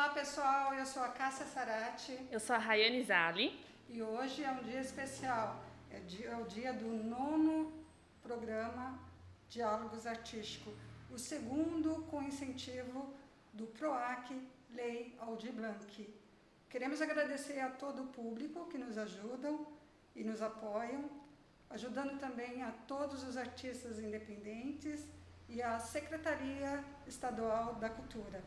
pessoal, eu sou a Cássia Sarati. Eu sou a Rayane Zali. E hoje é um dia especial, é o dia do 9º programa Diálogos Artísticos, o segundo com incentivo do PROAC Lei Aldir Blanc. Queremos agradecer a todo o público que nos ajudam e nos apoiam, ajudando também a todos os artistas independentes e a Secretaria Estadual da Cultura.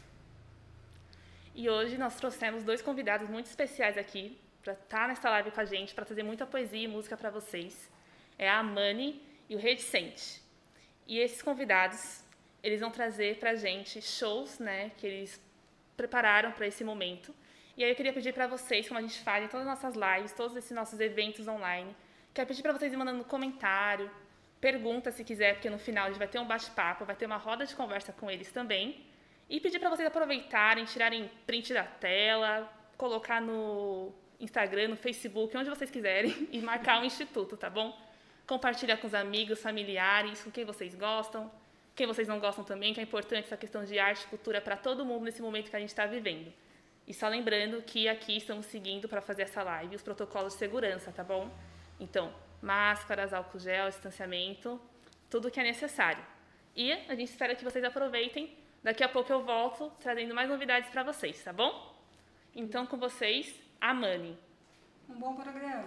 E hoje nós trouxemos 2 convidados muito especiais aqui para estar nessa live com a gente, para trazer muita poesia e música para vocês. É a Amani e o Reticente. E esses convidados, eles vão trazer para a gente shows, né, que eles prepararam para esse momento. E aí eu queria pedir para vocês, como a gente faz em todas as nossas lives, todos esses nossos eventos online, quero pedir para vocês ir mandando comentário, pergunta se quiser, porque no final a gente vai ter um bate-papo, vai ter uma roda de conversa com eles também. E pedir para vocês aproveitarem, tirarem print da tela, colocar no Instagram, no Facebook, onde vocês quiserem, e marcar o Instituto, tá bom? Compartilhar com os amigos, familiares, com quem vocês gostam, quem vocês não gostam também, que é importante essa questão de arte e cultura para todo mundo nesse momento que a gente está vivendo. E só lembrando que aqui estamos seguindo para fazer essa live os protocolos de segurança, tá bom? Então, máscaras, álcool gel, distanciamento, tudo o que é necessário. E a gente espera que vocês aproveitem. Daqui a pouco eu volto trazendo mais novidades para vocês, tá bom? Então, com vocês, a Amani. Um bom programa.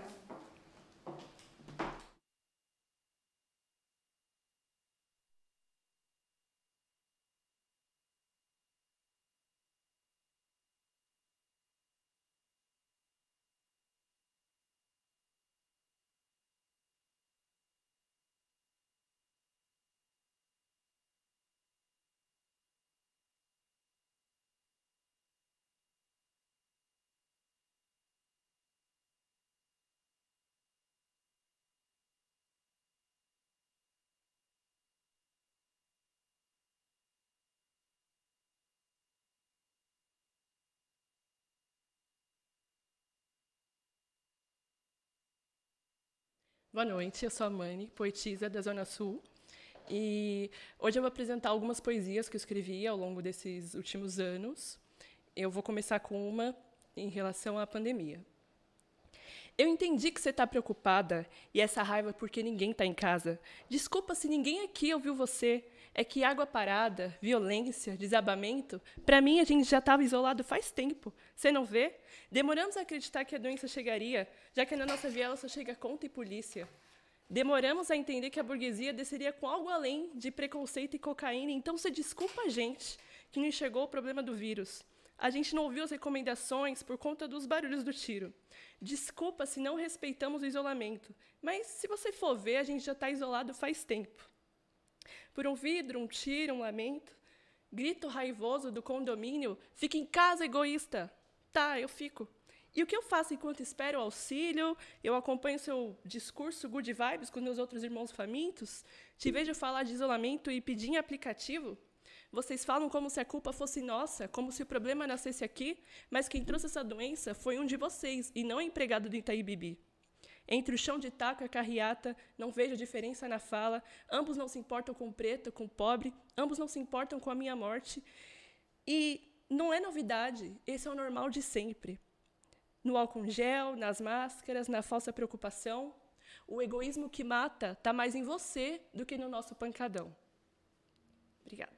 Boa noite, eu sou a Mani, poetisa da Zona Sul. E hoje eu vou apresentar algumas poesias que eu escrevi ao longo desses últimos anos. Eu vou começar com uma em relação à pandemia. Eu entendi que você está preocupada e essa raiva é porque ninguém está em casa. Desculpa se ninguém aqui ouviu você. É que água parada, violência, desabamento, para mim a gente já estava isolado faz tempo. Você não vê? Demoramos a acreditar que a doença chegaria, já que na nossa viela só chega conta e polícia. Demoramos a entender que a burguesia desceria com algo além de preconceito e cocaína, então você desculpa a gente que não enxergou o problema do vírus. A gente não ouviu as recomendações por conta dos barulhos do tiro. Desculpa se não respeitamos o isolamento, mas se você for ver, a gente já está isolado faz tempo. Por um vidro, um tiro, um lamento, grito raivoso do condomínio, fica em casa, egoísta. Tá, eu fico. E o que eu faço enquanto espero o auxílio? Eu acompanho seu discurso good vibes com meus outros irmãos famintos? Te vejo falar de isolamento e pedir em aplicativo? Vocês falam como se a culpa fosse nossa, como se o problema nascesse aqui, mas quem trouxe essa doença foi um de vocês, e não o empregado do Itaí Bibi. Entre o chão de taco e a carreata, não vejo diferença na fala, ambos não se importam com o preto, com o pobre, ambos não se importam com a minha morte. E não é novidade, esse é o normal de sempre. No álcool gel, nas máscaras, na falsa preocupação, o egoísmo que mata está mais em você do que no nosso pancadão. Obrigada.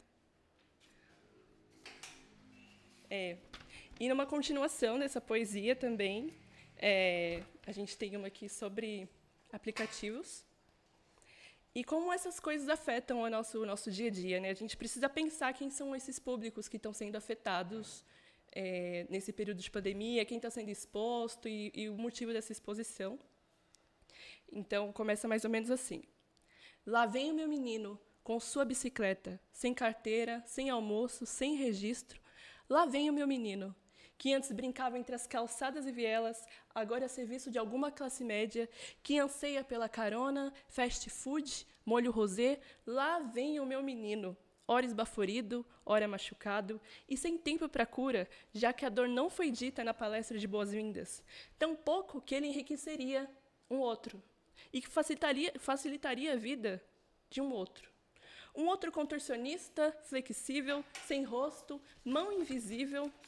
E numa continuação dessa poesia também, a gente tem uma aqui sobre aplicativos e como essas coisas afetam o nosso dia a dia, né? A gente precisa pensar quem são esses públicos que estão sendo afetados nesse período de pandemia, quem está sendo exposto e o motivo dessa exposição. Então, começa mais ou menos assim. Lá vem o meu menino com sua bicicleta, sem carteira, sem almoço, sem registro. Lá vem o meu menino, que antes brincava entre as calçadas e vielas, agora é a serviço de alguma classe média, que anseia pela carona, fast food, molho rosé. Lá vem o meu menino, ora esbaforido, ora machucado, e sem tempo para cura, já que a dor não foi dita na palestra de boas-vindas. Tampouco que ele enriqueceria um outro, e que facilitaria a vida de um outro. Um outro contorcionista, flexível, sem rosto, mão invisível,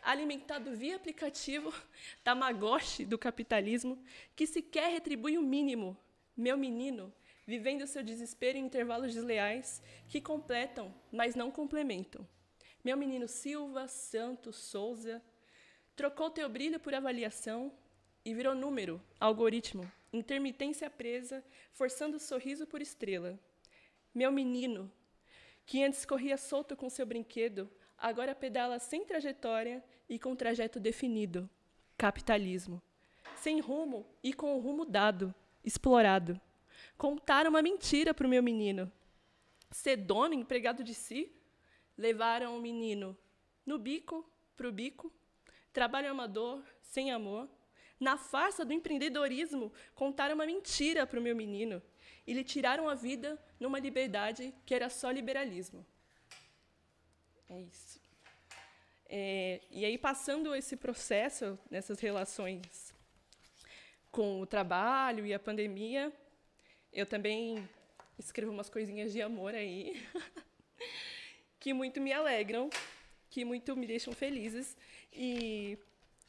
alimentado via aplicativo Tamagotchi do capitalismo, que sequer retribui o mínimo. Meu menino, vivendo seu desespero em intervalos desleais, que completam, mas não complementam. Meu menino Silva, Santos, Souza, trocou teu brilho por avaliação e virou número, algoritmo, intermitência presa, forçando o sorriso por estrela. Meu menino, que antes corria solto com seu brinquedo, agora pedala sem trajetória e com trajeto definido. Capitalismo. Sem rumo e com o rumo dado, explorado. Contaram uma mentira para o meu menino. Ser dono, empregado de si, levaram o menino no bico, pro bico, trabalho amador, sem amor. Na farsa do empreendedorismo, contaram uma mentira para o meu menino e lhe tiraram a vida numa liberdade que era só liberalismo. É isso. E aí, passando esse processo, nessas relações com o trabalho e a pandemia, eu também escrevo umas coisinhas de amor aí, que muito me alegram, que muito me deixam felizes. E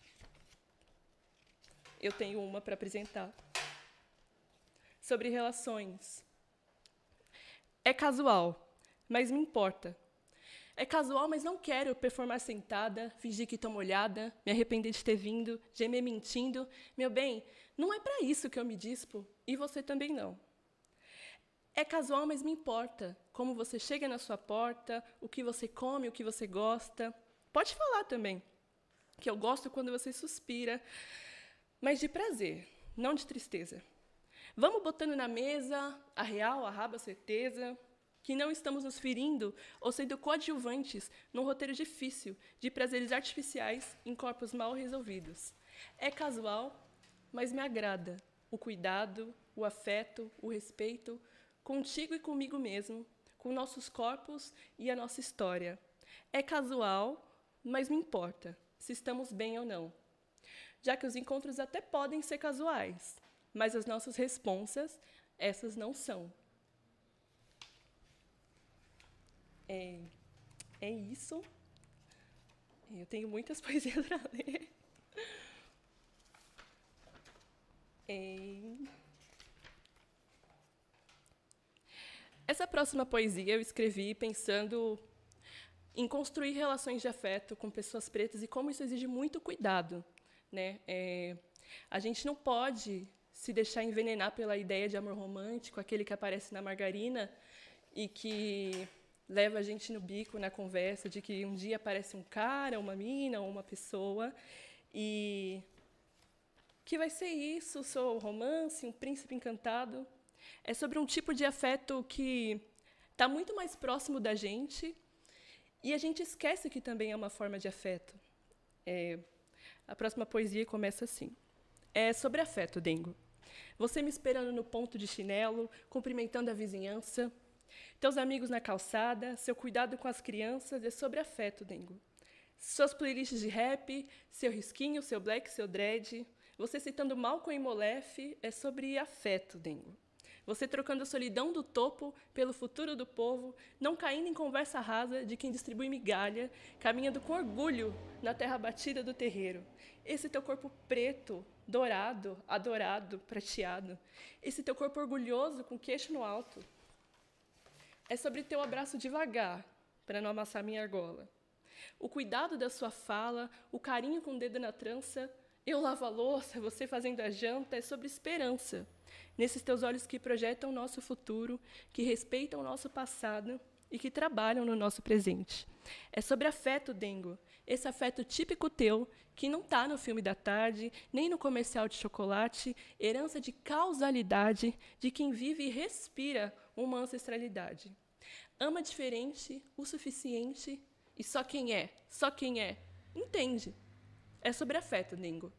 eu tenho uma para apresentar. Sobre relações. É casual, mas me importa. É casual, mas não quero performar sentada, fingir que estou molhada, me arrepender de ter vindo, gemer mentindo. Meu bem, não é para isso que eu me dispo, e você também não. É casual, mas me importa. Como você chega na sua porta, o que você come, o que você gosta. Pode falar também, que eu gosto quando você suspira, mas de prazer, não de tristeza. Vamos botando na mesa a real, a raba, a certeza, que não estamos nos ferindo ou sendo coadjuvantes num roteiro difícil de prazeres artificiais em corpos mal resolvidos. É casual, mas me agrada o cuidado, o afeto, o respeito, contigo e comigo mesmo, com nossos corpos e a nossa história. É casual, mas me importa se estamos bem ou não. Já que os encontros até podem ser casuais, mas as nossas responsas, essas não são. É isso. Eu tenho muitas poesias para ler. Essa próxima poesia eu escrevi pensando em construir relações de afeto com pessoas pretas e como isso exige muito cuidado, né? A gente não pode se deixar envenenar pela ideia de amor romântico, aquele que aparece na margarina e que leva a gente no bico na conversa de que um dia aparece um cara, uma mina ou uma pessoa e que vai ser isso, sou romance, um príncipe encantado. É sobre um tipo de afeto que está muito mais próximo da gente e a gente esquece que também é uma forma de afeto. A próxima poesia começa assim. É sobre afeto, Dengo. Você me esperando no ponto de chinelo, cumprimentando a vizinhança, teus amigos na calçada, seu cuidado com as crianças, é sobre afeto, Dengo. Suas playlists de rap, seu risquinho, seu black, seu dread, você citando Malcolm e Molefe, é sobre afeto, Dengo. Você trocando a solidão do topo pelo futuro do povo, não caindo em conversa rasa de quem distribui migalha, caminhando com orgulho na terra batida do terreiro. Esse teu corpo preto, dourado, adorado, prateado. Esse teu corpo orgulhoso com queixo no alto. É sobre teu abraço devagar, para não amassar minha argola. O cuidado da sua fala, o carinho com o dedo na trança, eu lavo a louça, você fazendo a janta, é sobre esperança. Nesses teus olhos que projetam o nosso futuro, que respeitam o nosso passado e que trabalham no nosso presente. É sobre afeto, Dengo, esse afeto típico teu, que não está no filme da tarde, nem no comercial de chocolate, herança de causalidade de quem vive e respira uma ancestralidade. Ama diferente, o suficiente, e só quem é, entende. É sobre afeto, Dengo.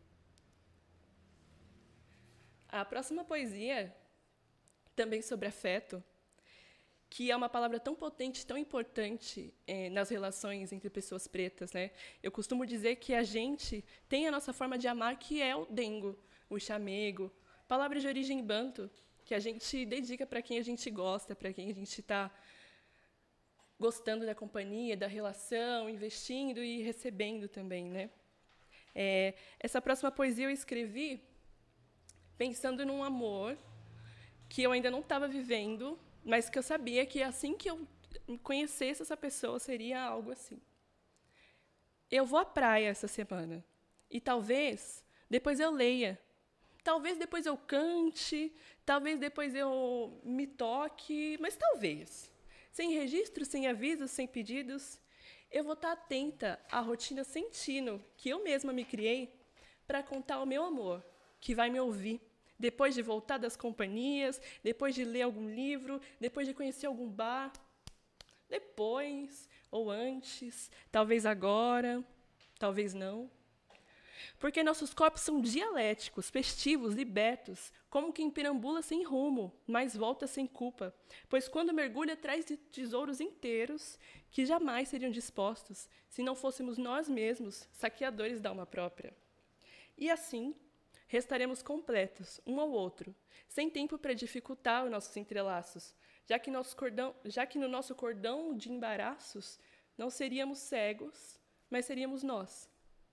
A próxima poesia, também sobre afeto, que é uma palavra tão potente, tão importante nas relações entre pessoas pretas, né? Eu costumo dizer que a gente tem a nossa forma de amar, que é o dengo, o chamego, palavra de origem banto, que a gente dedica para quem a gente gosta, para quem a gente está gostando da companhia, da relação, investindo e recebendo também, né? Essa próxima poesia eu escrevi pensando num amor que eu ainda não estava vivendo, mas que eu sabia que assim que eu conhecesse essa pessoa seria algo assim. Eu vou à praia essa semana e talvez depois eu leia, talvez depois eu cante, talvez depois eu me toque, mas talvez, sem registro, sem avisos, sem pedidos, eu vou estar atenta à rotina sentindo que eu mesma me criei para contar ao meu amor, que vai me ouvir, depois de voltar das companhias, depois de ler algum livro, depois de conhecer algum bar, depois ou antes, talvez agora, talvez não. Porque nossos corpos são dialéticos, festivos, libertos, como quem perambula sem rumo, mas volta sem culpa, pois quando mergulha traz de tesouros inteiros que jamais seriam dispostos se não fôssemos nós mesmos saqueadores da alma própria. E assim, restaremos completos, um ao outro, sem tempo para dificultar os nossos entrelaços, já que no nosso cordão de embaraços não seríamos cegos, mas seríamos nós.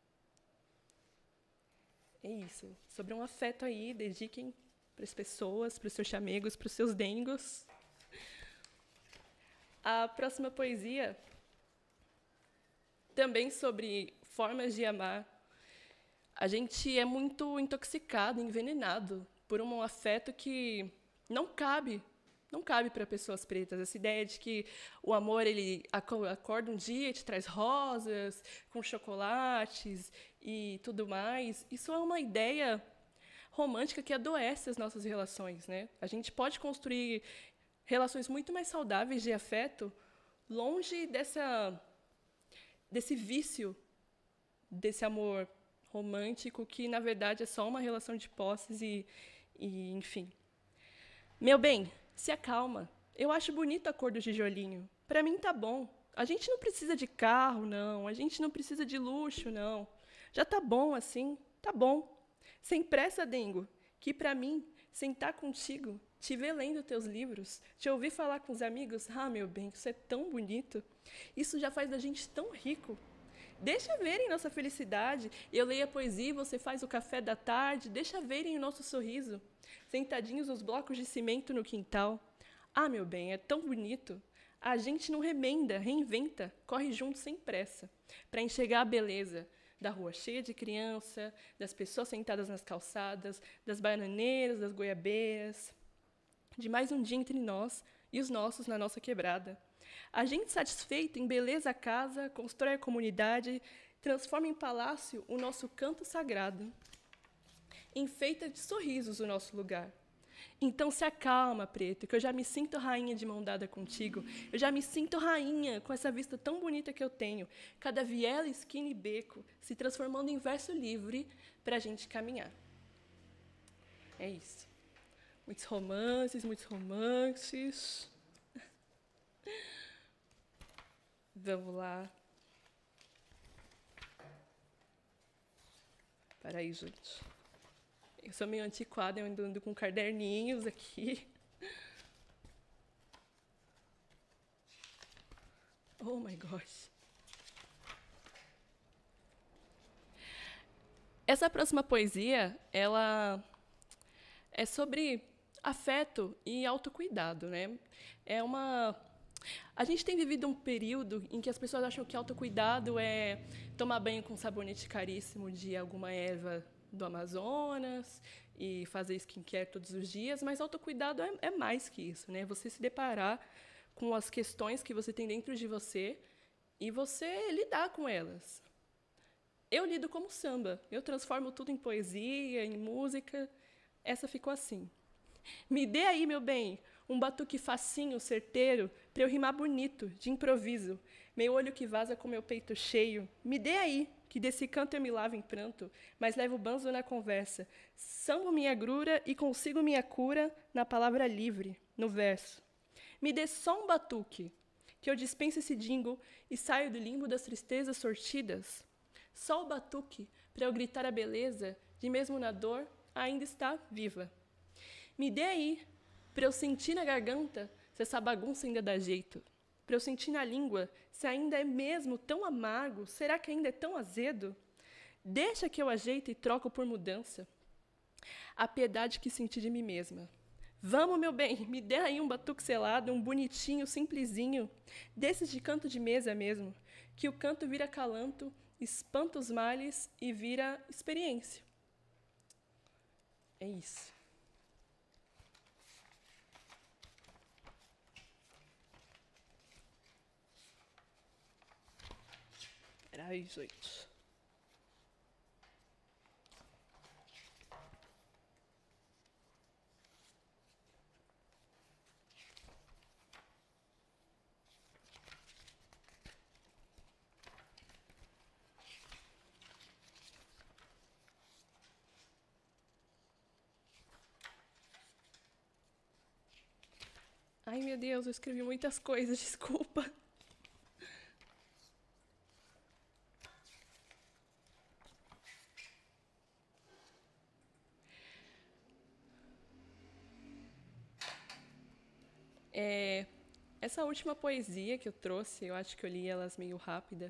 É isso. Sobre um afeto aí, dediquem para as pessoas, para os seus chamegos, para os seus dengos. A próxima poesia, também sobre formas de amar. A gente é muito intoxicado, envenenado por um afeto que não cabe para pessoas pretas. Essa ideia de que o amor, ele acorda um dia e te traz rosas, com chocolates e tudo mais. Isso é uma ideia romântica que adoece as nossas relações, né? A gente pode construir relações muito mais saudáveis de afeto longe desse vício, desse amor romântico que, na verdade, é só uma relação de posses e enfim. Meu bem, se acalma. Eu acho bonito a cor do tijolinho. Para mim tá bom. A gente não precisa de carro, não. A gente não precisa de luxo, não. Já tá bom assim. Tá bom. Sem pressa, dengo, que para mim, sentar contigo, te ver lendo teus livros, te ouvir falar com os amigos, meu bem, isso é tão bonito. Isso já faz da gente tão rico. Deixa verem nossa felicidade. Eu leio a poesia, você faz o café da tarde. Deixa verem o nosso sorriso. Sentadinhos nos blocos de cimento no quintal. Meu bem, é tão bonito. A gente não remenda, reinventa, corre junto sem pressa, para enxergar a beleza da rua cheia de criança, das pessoas sentadas nas calçadas, das bananeiras, das goiabeiras, de mais um dia entre nós e os nossos na nossa quebrada. A gente satisfeito em beleza a casa, constrói a comunidade, transforma em palácio o nosso canto sagrado. Enfeita de sorrisos o nosso lugar. Então se acalma, preto, que eu já me sinto rainha de mão dada contigo. Eu já me sinto rainha com essa vista tão bonita que eu tenho. Cada viela, esquina e beco se transformando em verso livre para a gente caminhar. É isso. Muitos romances, muitos romances. Vamos lá. Para aí, gente. Eu sou meio antiquada, eu ando com caderninhos aqui. Oh, my gosh. Essa próxima poesia, ela é sobre afeto e autocuidado, né? A gente tem vivido um período em que as pessoas acham que autocuidado é tomar banho com sabonete caríssimo de alguma erva do Amazonas e fazer skincare todos os dias, mas autocuidado é mais que isso, né? Você se deparar com as questões que você tem dentro de você e você lidar com elas. Eu lido como samba, eu transformo tudo em poesia, em música. Essa ficou assim. Me dê aí, meu bem, um batuque facinho, certeiro, para eu rimar bonito, de improviso. Meu olho que vaza com meu peito cheio. Me dê aí, que desse canto eu me lavo em pranto, mas levo banzo na conversa. Sambo minha grura e consigo minha cura na palavra livre, no verso. Me dê só um batuque, que eu dispense esse dingo e saio do limbo das tristezas sortidas. Só o batuque, para eu gritar a beleza de mesmo na dor ainda está viva. Me dê aí, para eu sentir na garganta se essa bagunça ainda dá jeito. para eu sentir na língua se ainda é mesmo tão amargo, será que ainda é tão azedo? Deixa que eu ajeite e troco por mudança a piedade que senti de mim mesma. Vamos, meu bem, me dê aí um batuque selado, um bonitinho, simplesinho, desses de canto de mesa mesmo, que o canto vira calanto, espanta os males e vira experiência. É isso. Peraí, gente. Ai, meu Deus, eu escrevi muitas coisas, desculpa. Essa última poesia que eu trouxe, eu acho que eu li elas meio rápidas.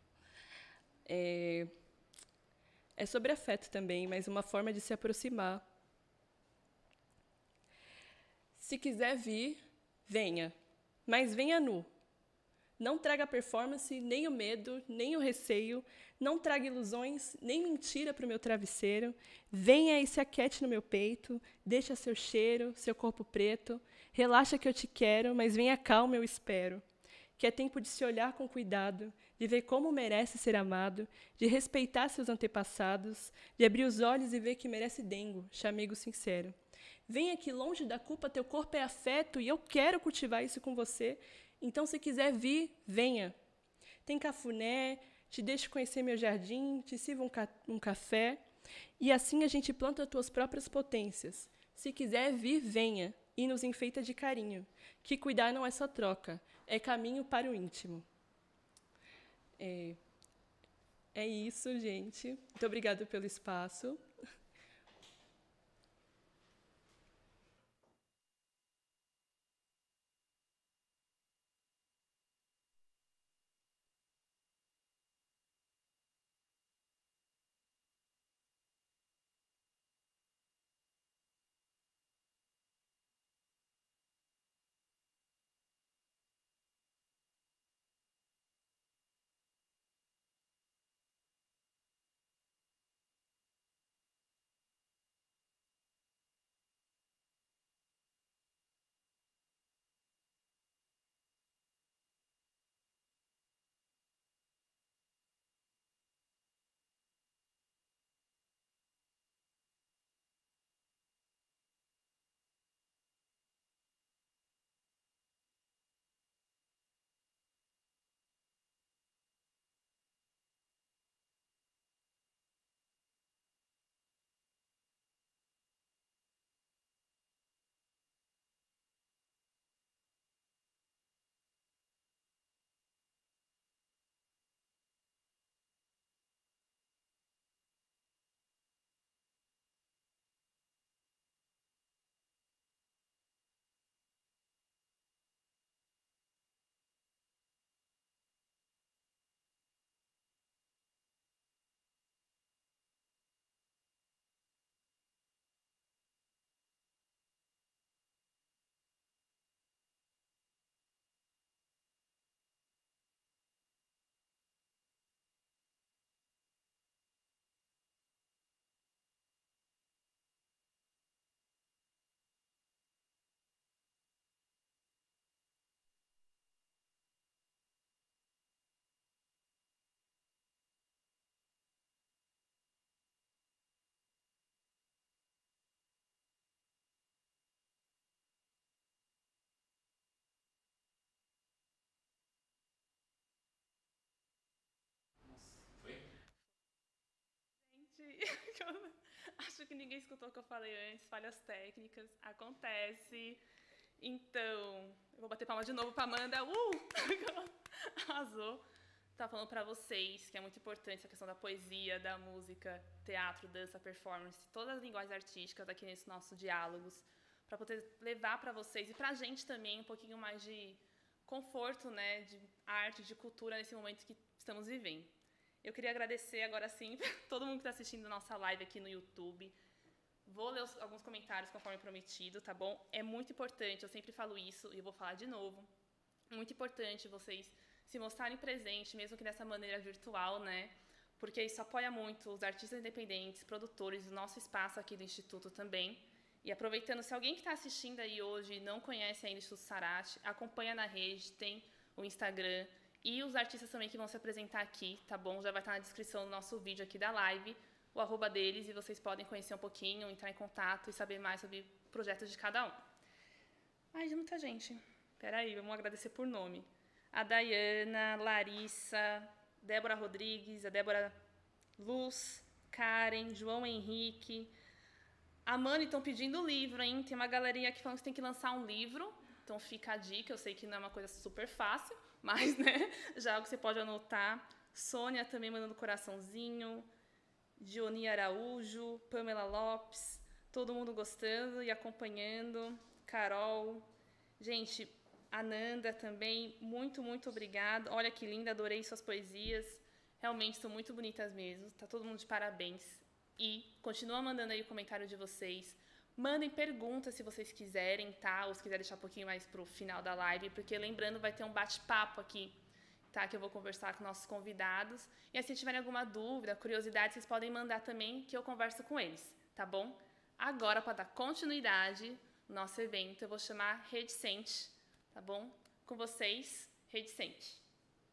É sobre afeto também, mas uma forma de se aproximar. Se quiser vir, venha, mas venha nu. Não traga performance, nem o medo, nem o receio. Não traga ilusões, nem mentira para o meu travesseiro. Venha e se aquete no meu peito. Deixa seu cheiro, seu corpo preto. Relaxa que eu te quero, mas venha calma, eu espero. Que é tempo de se olhar com cuidado, de ver como merece ser amado, de respeitar seus antepassados, de abrir os olhos e ver que merece dengo, chamego sincero. Venha que longe da culpa teu corpo é afeto e eu quero cultivar isso com você. Então, se quiser vir, venha. Tem cafuné, te deixo conhecer meu jardim, te sirvo um café. E assim a gente planta tuas próprias potências. Se quiser vir, venha. E nos enfeita de carinho. Que cuidar não é só troca, é caminho para o íntimo. É isso, gente. Muito obrigada pelo espaço. Gente, eu acho que ninguém escutou o que eu falei antes, falhas técnicas, acontece. Então, eu vou bater palma de novo pra Amanda. Arrasou. Tá falando pra vocês que é muito importante essa questão da poesia, da música, teatro, dança, performance, todas as linguagens artísticas aqui nesses nossos diálogos, para poder levar para vocês e pra gente também um pouquinho mais de conforto, né, de arte, de cultura nesse momento que estamos vivendo. Eu queria agradecer agora sim todo mundo que está assistindo a nossa live aqui no YouTube. Vou ler alguns comentários conforme prometido, tá bom? É muito importante, eu sempre falo isso e eu vou falar de novo. Muito importante vocês se mostrarem presentes, mesmo que dessa maneira virtual, né? Porque isso apoia muito os artistas independentes, produtores do nosso espaço aqui do Instituto também. E aproveitando, se alguém que está assistindo aí hoje não conhece ainda o Instituto Sarate, acompanha na rede, tem o Instagram e os artistas também que vão se apresentar aqui, tá bom? Já vai estar na descrição do nosso vídeo aqui da live, o @ deles, e vocês podem conhecer um pouquinho, entrar em contato e saber mais sobre o projeto de cada um. Ai, de muita gente. Peraí, vamos agradecer por nome. A Dayana, Larissa, Débora Rodrigues, a Débora Luz, Karen, João Henrique. A Mani estão pedindo livro, hein? Tem uma galerinha aqui falando que tem que lançar um livro. Então fica a dica, eu sei que não é uma coisa super fácil, mas né, já é algo que você pode anotar. Sônia também mandando coraçãozinho. Dioni Araújo, Pamela Lopes, todo mundo gostando e acompanhando. Carol. Gente, Ananda também, muito, muito obrigada. Olha que linda, adorei suas poesias. Realmente são muito bonitas mesmo. Tá todo mundo de parabéns. E continua mandando aí o comentário de vocês. Mandem perguntas se vocês quiserem, tá? Ou se quiser deixar um pouquinho mais pro final da live, porque lembrando, vai ter um bate-papo aqui, tá? Que eu vou conversar com nossos convidados. E aí, se tiverem alguma dúvida, curiosidade, vocês podem mandar também, que eu converso com eles, tá bom? Agora, para dar continuidade no nosso evento, eu vou chamar Redicente, tá bom? Com vocês, Redicente.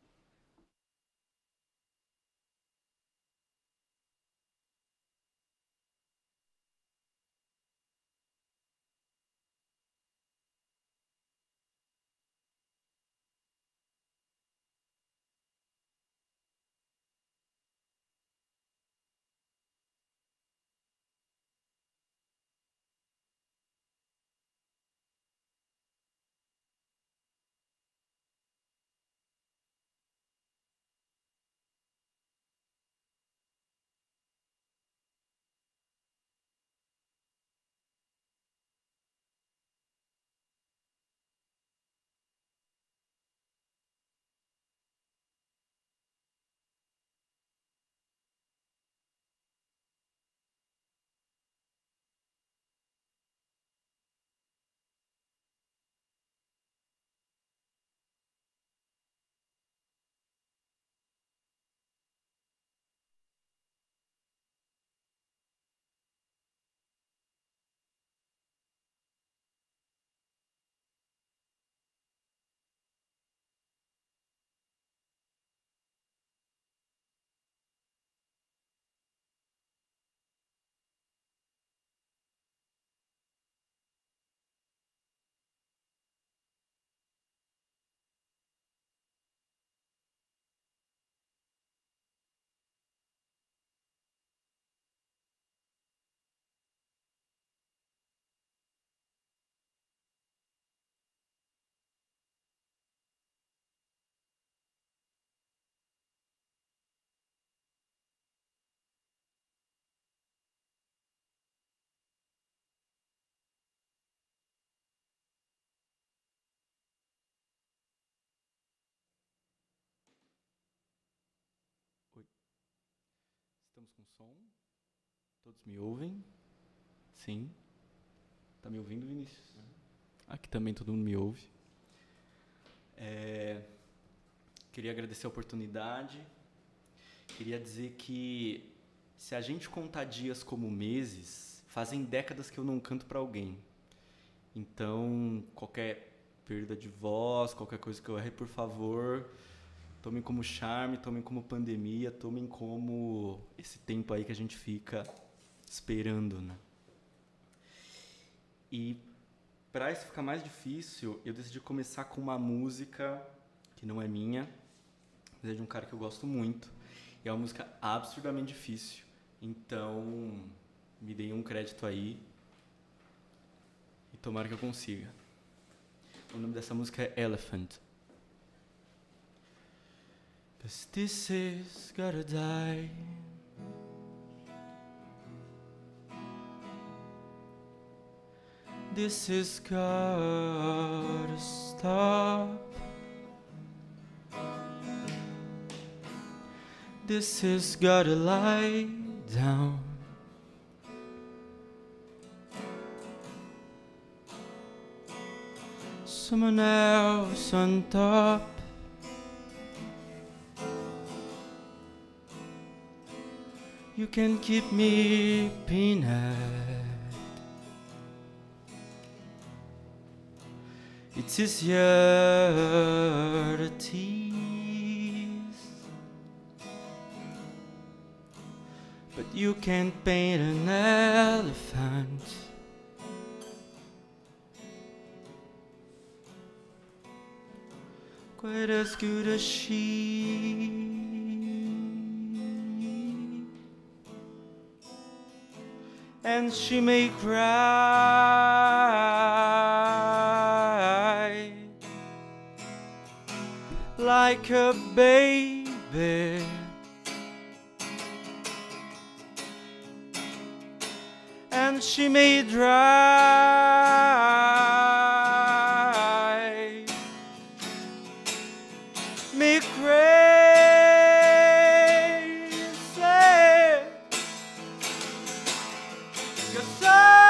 Oi. Estamos com som? Todos me ouvem? Sim. Tá me ouvindo, Vinícius? Aqui também todo mundo me ouve. Queria agradecer a oportunidade. Queria dizer que se a gente contar dias como meses, fazem décadas que eu não canto para alguém. Então, qualquer perda de voz, qualquer coisa que eu erre, por favor, tomem como charme, tomem como pandemia, tomem como esse tempo aí que a gente fica esperando, né? E para isso ficar mais difícil, eu decidi começar com uma música que não é minha, mas é de um cara que eu gosto muito. E é uma música absurdamente difícil. Então, me deem um crédito aí e tomara que eu consiga. O nome dessa música é Elephant. 'Cause this is gotta die. This is gotta stop. This has gotta lie down. Someone else on top. You can keep me peanut. It's easier to tease, but you can't paint an elephant. Quite as good as she. And she may cry like a baby, and she may drive me crazy. 'Cause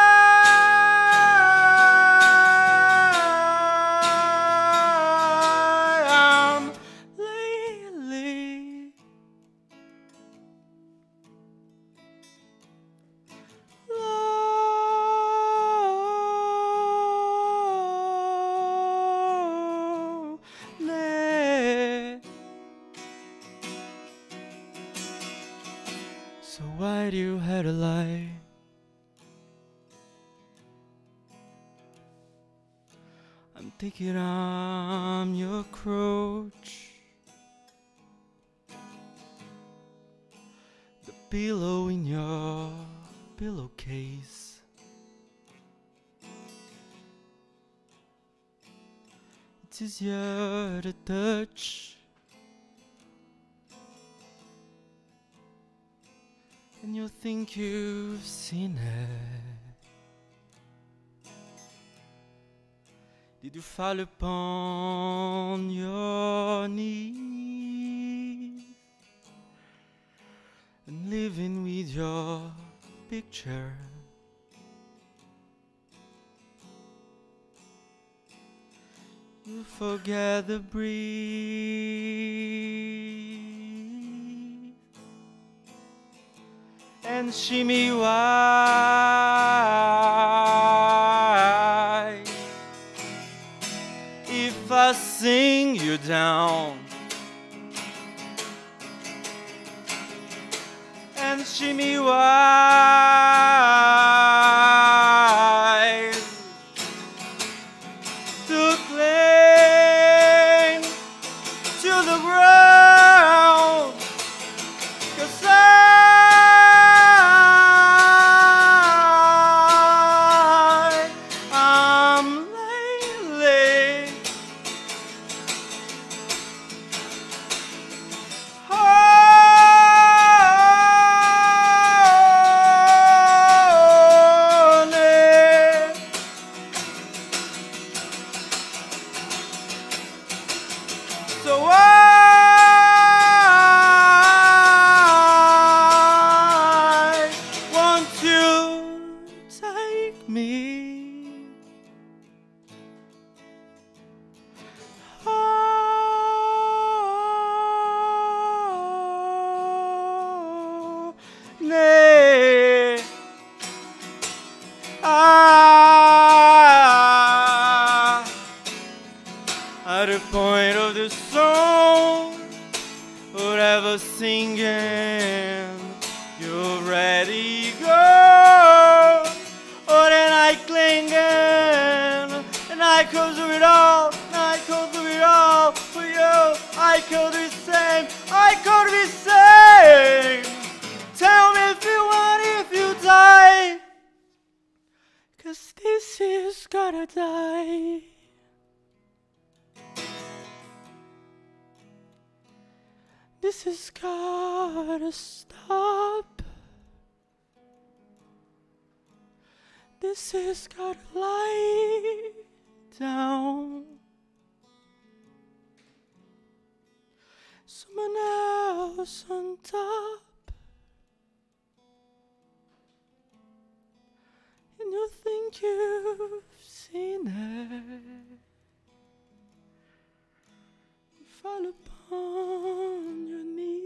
I am lately lonely. So why do you have to lie? I'm thinking I'm your crutch, the pillow in your pillowcase. It's easier to touch, and you think you've seen it. Did you fall upon your knees and living with your picture? You forget the breeze and shimmy wide. If I sing you down and shimmy wide to cling to the ground, 'cause I'm lately so I want you to take me nay, at the point of the song, whatever singing, you're ready to go. Oh, then I clinging, and I could do it all, and I could do it all for you. I could be same, I could be same. Tell me if you want, if you die, 'cause this is gonna die. This has gotta stop. This has gotta lie down. someone else on top, and you think you've seen it. You fall upon your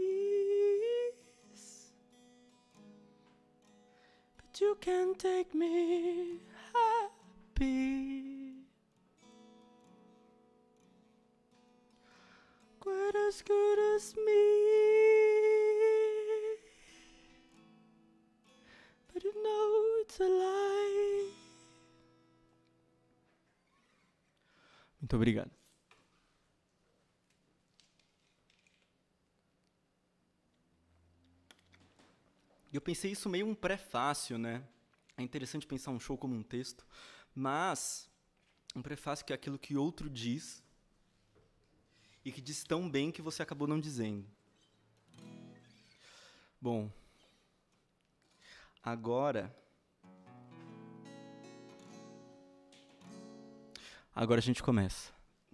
knees, but you can't take me happy. Quite as good as me, but you know it's a lie. Muito obrigado. Eu pensei isso meio um prefácio, né? É interessante pensar um show como um texto, mas um prefácio que é aquilo que outro diz e que diz tão bem que você acabou não dizendo. Bom, agora a gente começa.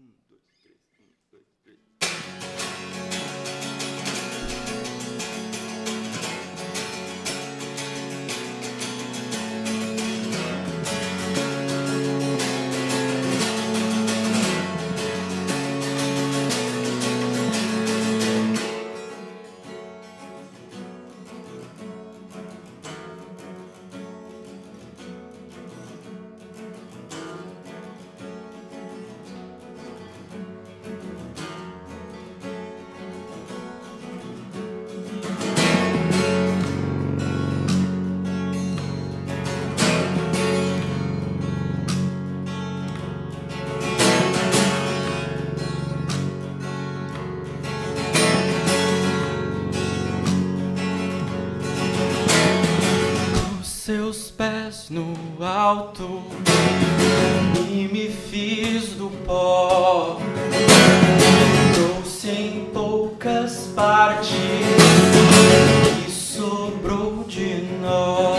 Seus pés no alto e me fiz do pó, trouxe em poucas partes que sobrou de nós,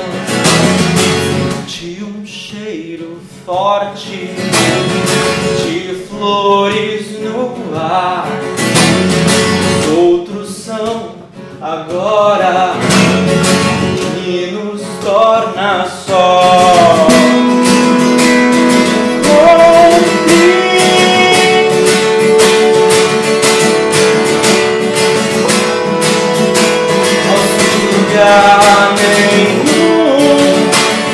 senti um cheiro forte de flores no ar, outros são agora que nos torna só. Posso lugar nenhum,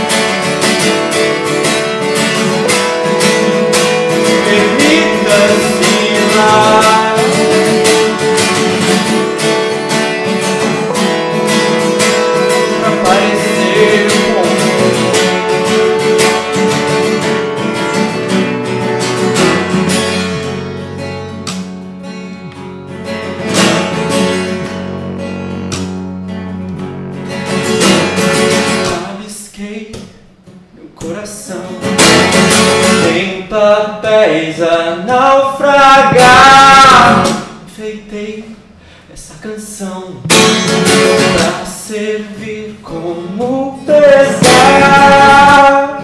permita-se lá. Papéis a naufragar, enfeitei essa canção pra servir como pesar.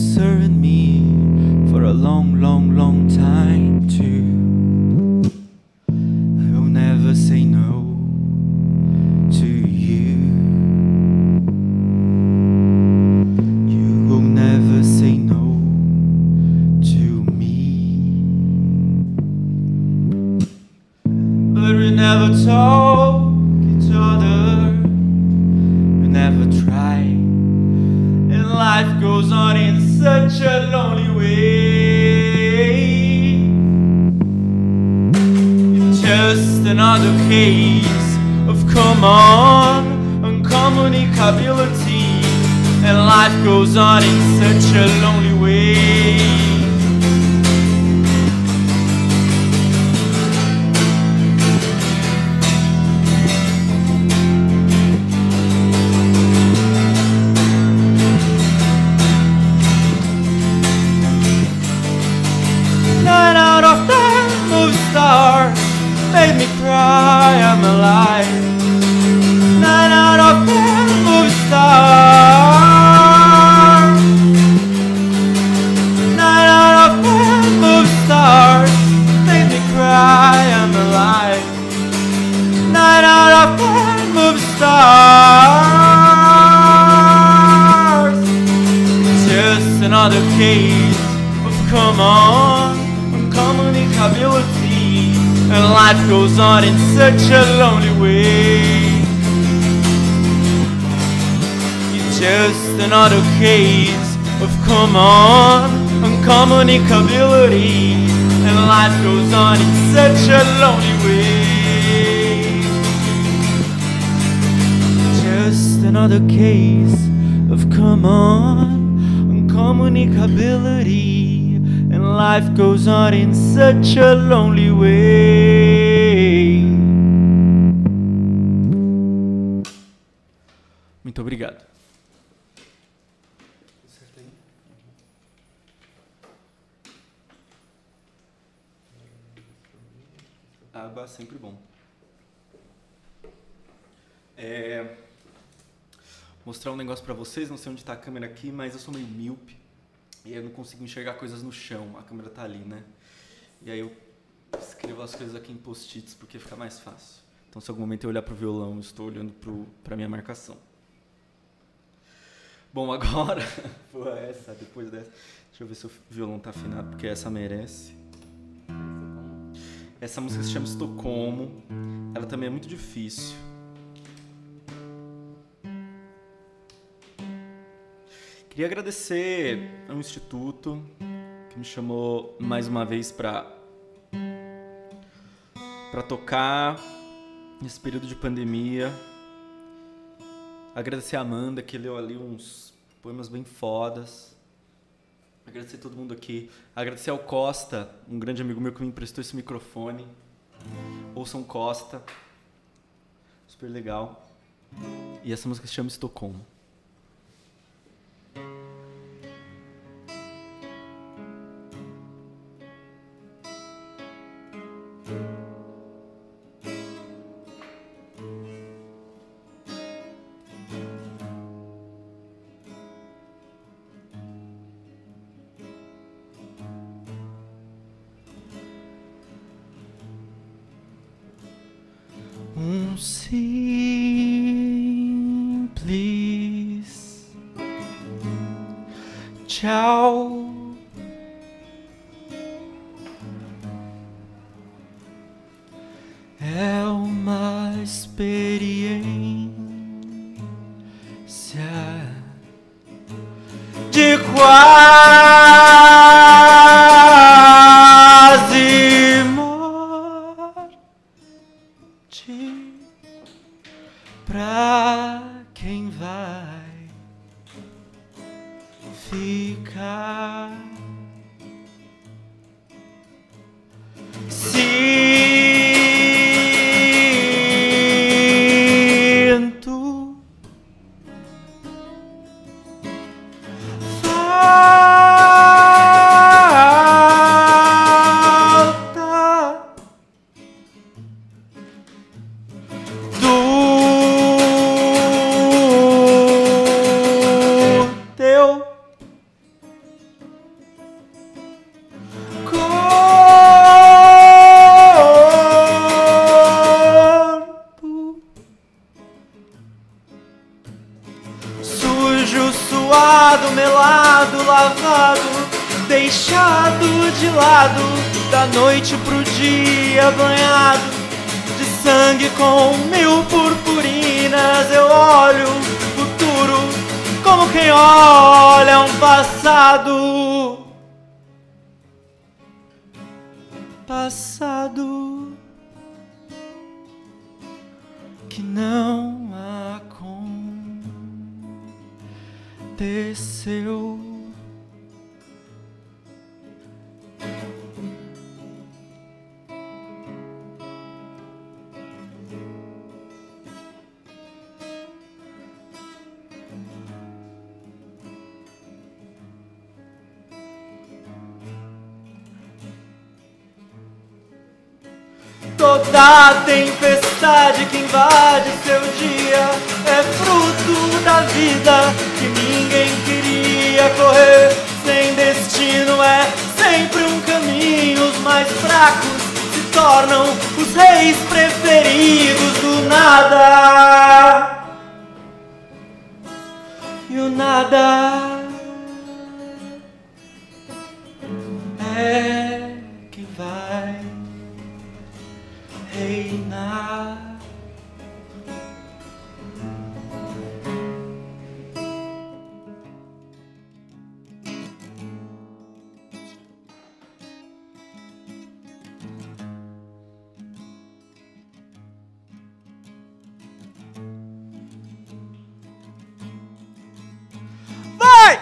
serving me for a long, long, long time too. I will never say no to you. You will never say no to me. But we never told each other, we never tried, and life goes on in such a lonely way. It's just another case of common uncommunicability, and life goes on in such a lonely way. 9 out of 10 movie stars made me cry, I'm alive. 9 out of 10 movie stars. 9 out of 10 movie stars made me cry, I'm alive. 9 out of 10 movie stars. Just another case of common uncommunicability, and life goes on in such a lonely way. It's just another case of common uncommunicability, and life goes on in such a lonely way. Just another case of common uncommunicability, and life goes on in such a lonely way. Muito obrigado. Água é sempre bom. Mostrar um negócio pra vocês, não sei onde tá a câmera aqui, mas eu sou meio míope. E eu não consigo enxergar coisas no chão, a câmera tá ali, né? E aí eu escrevo as coisas aqui em post-its porque fica mais fácil. Então se em algum momento eu olhar pro violão, eu estou olhando pra minha marcação. Bom, agora, depois dessa, deixa eu ver se o violão tá afinado, porque essa merece. Essa música se chama Estocolmo, ela também é muito difícil. Queria agradecer ao Instituto que me chamou mais uma vez para tocar nesse período de pandemia. Agradecer a Amanda, que leu ali uns poemas bem fodas. Agradecer a todo mundo aqui. Agradecer ao Costa, um grande amigo meu que me emprestou esse microfone. Ouçam Costa. Super legal. E essa música se chama Estocolmo. Simples tchau é uma experiência de quase morte pra quem vai ficar. deixado de lado, da noite pro dia banhado de sangue com 1000 purpurinas. Eu olho o futuro como quem olha um passado. Passado que não aconteceu. Toda tempestade que invade seu dia é fruto da vida que ninguém queria correr. Sem destino é sempre um caminho. Os mais fracos se tornam os reis preferidos do nada. E o nada é que vai reinar. Vai!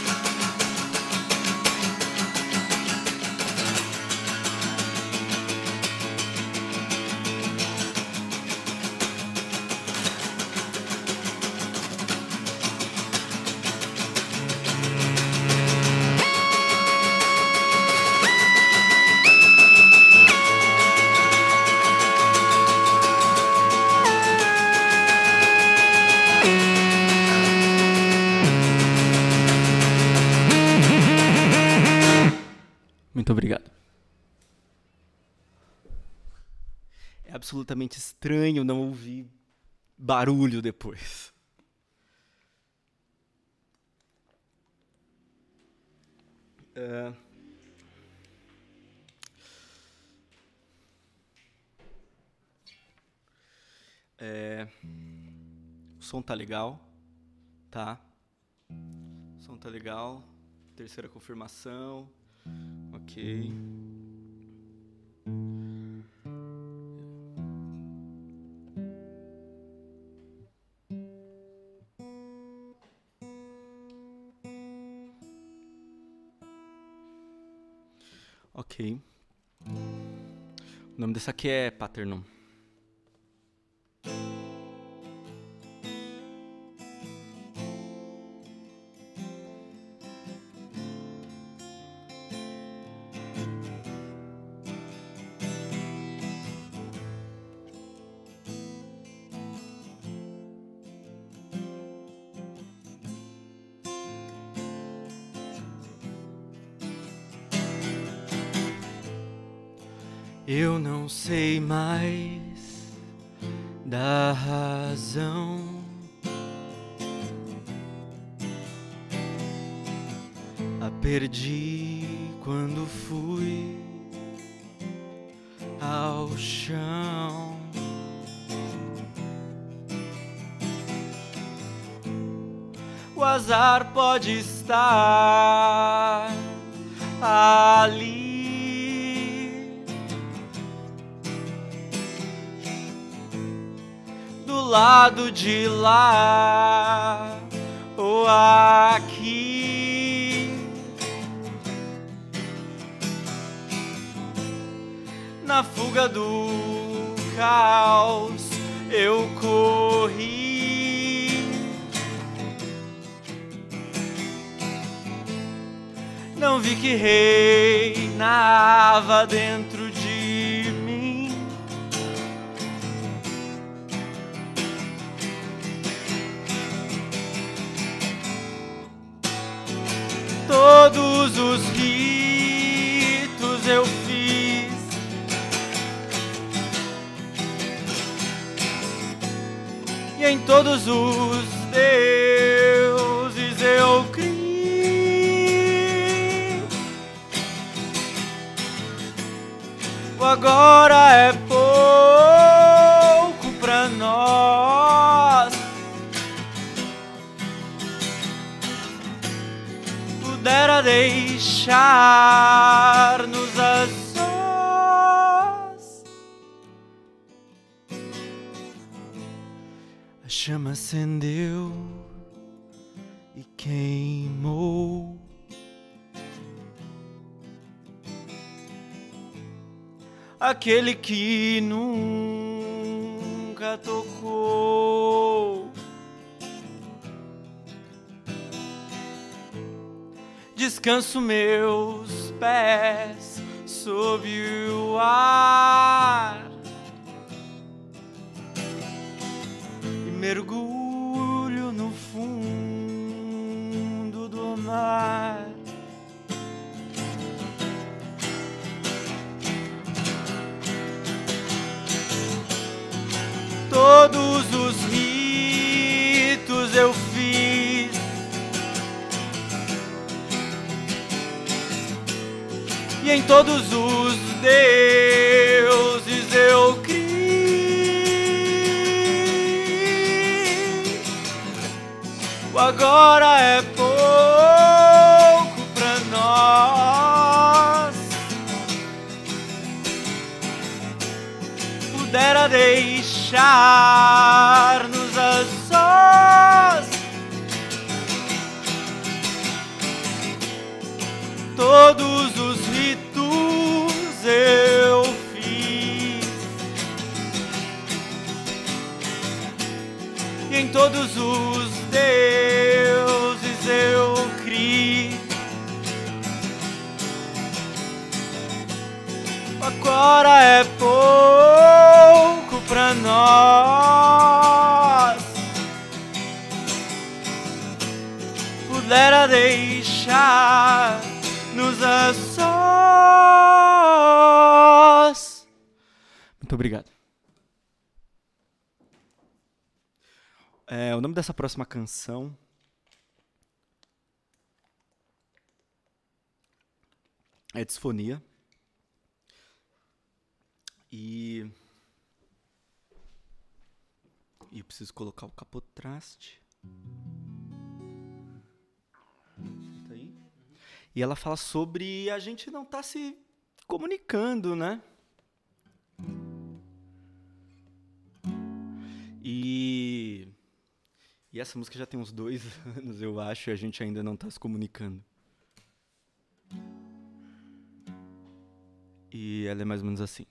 Muito obrigado. É absolutamente estranho não ouvir barulho depois. O som tá legal, tá? O som tá legal. Terceira confirmação. Ok. Ok. O nome dessa aqui é Paternum. Eu não sei mais da razão. A perdi quando fui ao chão. O azar pode estar ali, do lado de lá ou aqui, na fuga do caos eu corri. Não vi que reinava dentro de mim. Todos os ritos eu fiz, e em todos os deuses eu criei. O agora é pouco pra nós. Pudera deixar-nos a sós. A chama acendeu e queimou. Aquele que nunca tocou. Descanso meus pés sob o ar e mergulho no fundo do mar. Todos os ritos eu fiz, e em todos os deuses eu criei. O agora é pouco pra nós. Pudera deixar-nos a sós. Todos os ritos eu fiz, e em todos os deuses eu criei. Agora é pouco pra nós. Pudera deixar-nos a sós. Muito obrigado. O nome dessa próxima canção é Disfonia. E eu preciso colocar o capotraste. Tá aí. E ela fala sobre a gente não tá se comunicando, né? E essa música já tem uns 2 anos, eu acho, e a gente ainda não tá se comunicando. E ela é mais ou menos assim.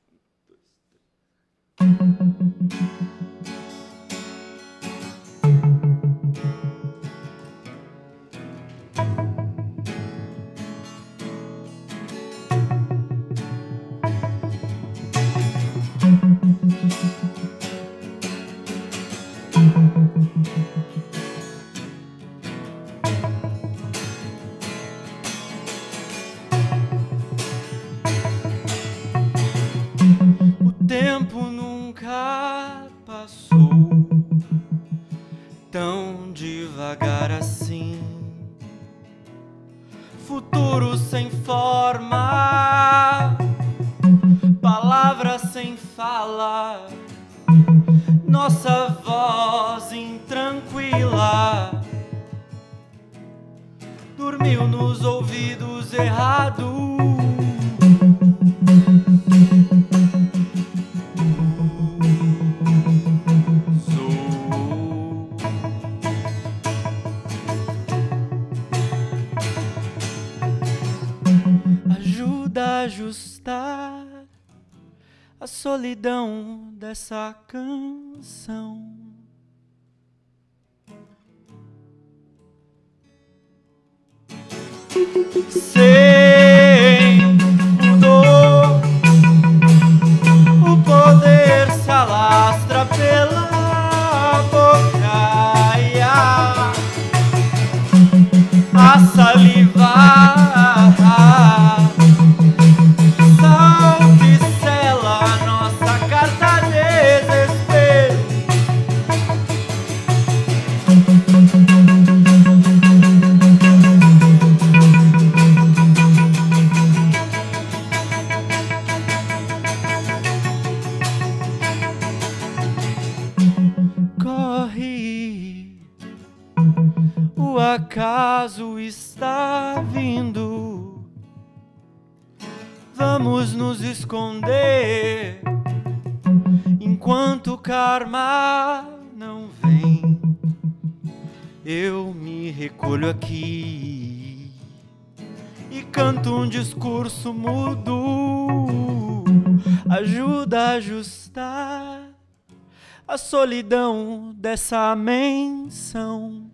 O tempo nunca passou tão devagar assim. Futuro sem forma, palavras sem fala, nossa voz intranquila dormiu nos ouvidos errados. Ajuda a ajustar a solidão dessa canção. Sem dor, o poder se alastra pela boca e a saliva. Sal que sela nossa carta desespero. acaso está vindo. Vamos nos esconder enquanto o karma não vem. Eu me recolho aqui e canto um discurso mudo. Ajuda a ajustar a solidão dessa menção.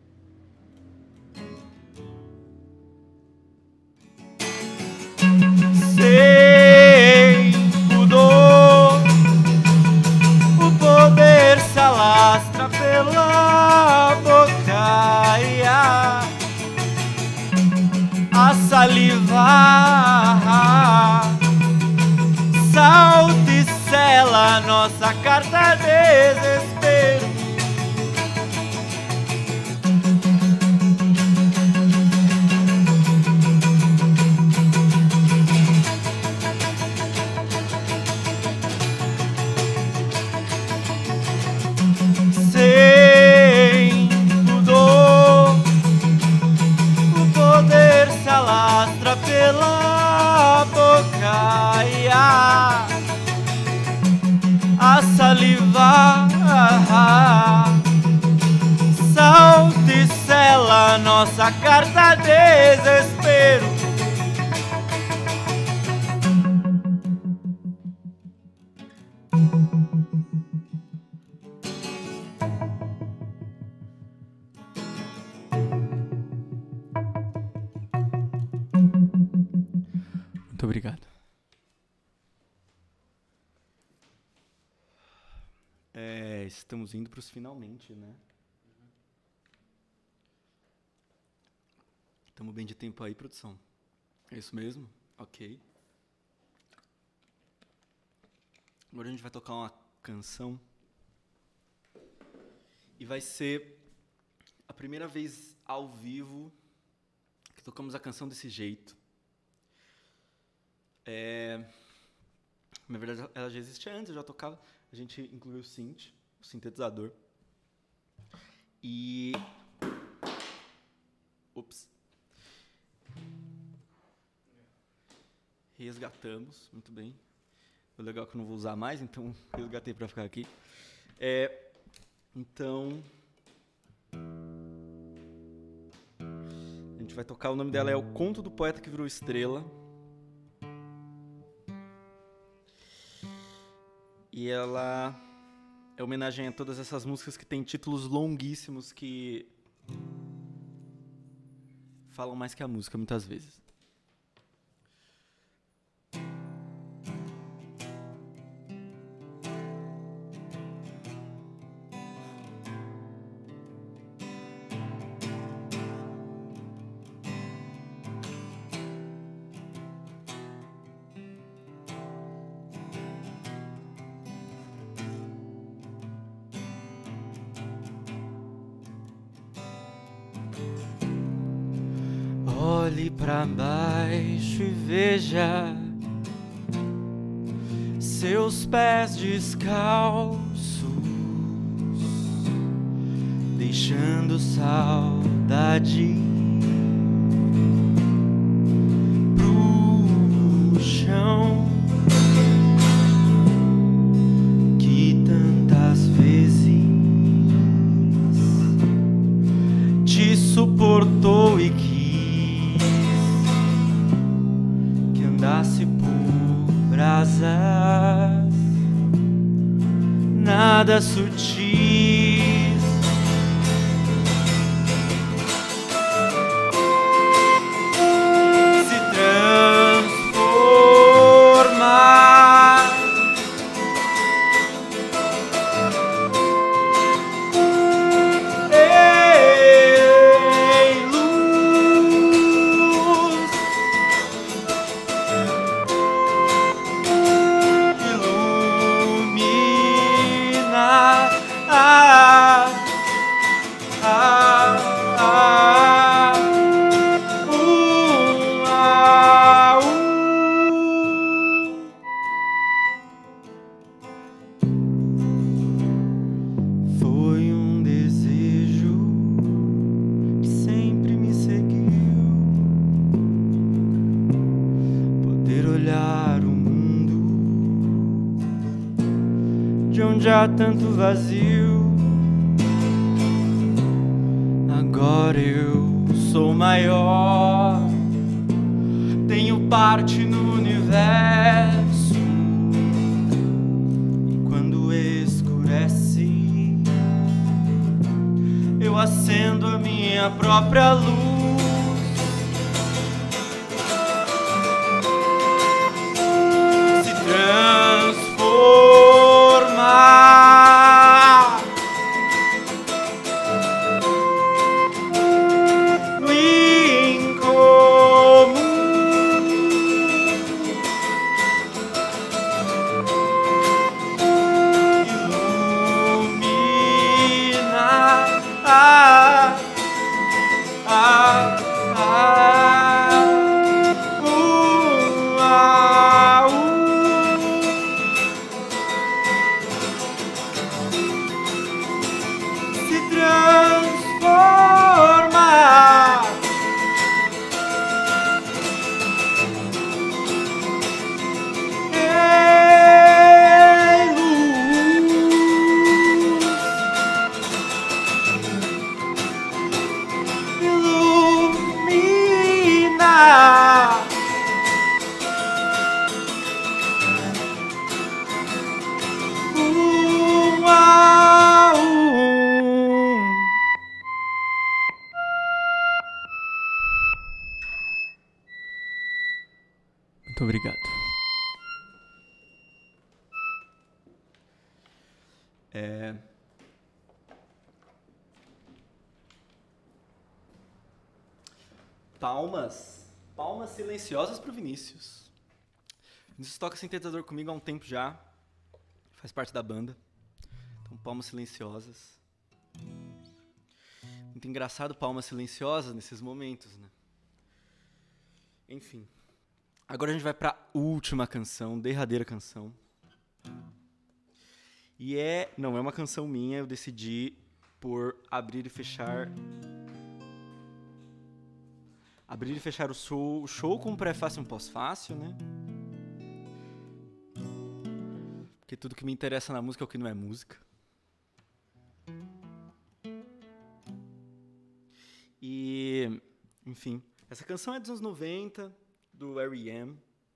Sem pudor, o poder se alastra pela boca e a salivar salta e sela nossa carta desespero. Sem pudor, o poder se alastra pela boca e a salivar salta e sela nossa carta desespero. Muito obrigado. Estamos indo para os finalmente, né? Estamos bem de tempo aí, produção? É isso mesmo? Ok. Agora a gente vai tocar uma canção. E vai ser a primeira vez ao vivo que tocamos a canção desse jeito. Na verdade, ela já existia antes, eu já tocava. A gente incluiu o synth, o sintetizador. E... Ups. Resgatamos, muito bem. O legal é que eu não vou usar mais, então resgatei para ficar aqui. Então... A gente vai tocar, o nome dela é O Conto do Poeta que Virou Estrela. E ela é homenagem a todas essas músicas que têm títulos longuíssimos que falam mais que a música muitas vezes. Olhe pra baixo e veja seus pés descalços, deixando saudade pro chão que tantas vezes te suportou e andasse por brasas nada sutis. Se transformar em luz, ilumina onde há tanto vazio. Agora eu sou maior, tenho parte no universo. E quando escurece, eu acendo a minha própria luz. Se transformar no incomum. Iluminar se transformar em luz, iluminar um a um. Muito obrigado. Palmas silenciosas pro Vinícius. Vinícius toca sintetizador comigo há um tempo já. Faz parte da banda. Então, palmas silenciosas. Muito engraçado palmas silenciosas nesses momentos, né? Enfim. Agora a gente vai pra última canção, derradeira canção. E não é uma canção minha, eu decidi por abrir e fechar o show com um pré-fácil e um pós-fácil, né? Porque tudo que me interessa na música é o que não é música. E, enfim, essa canção é dos anos 90, do R.E.M.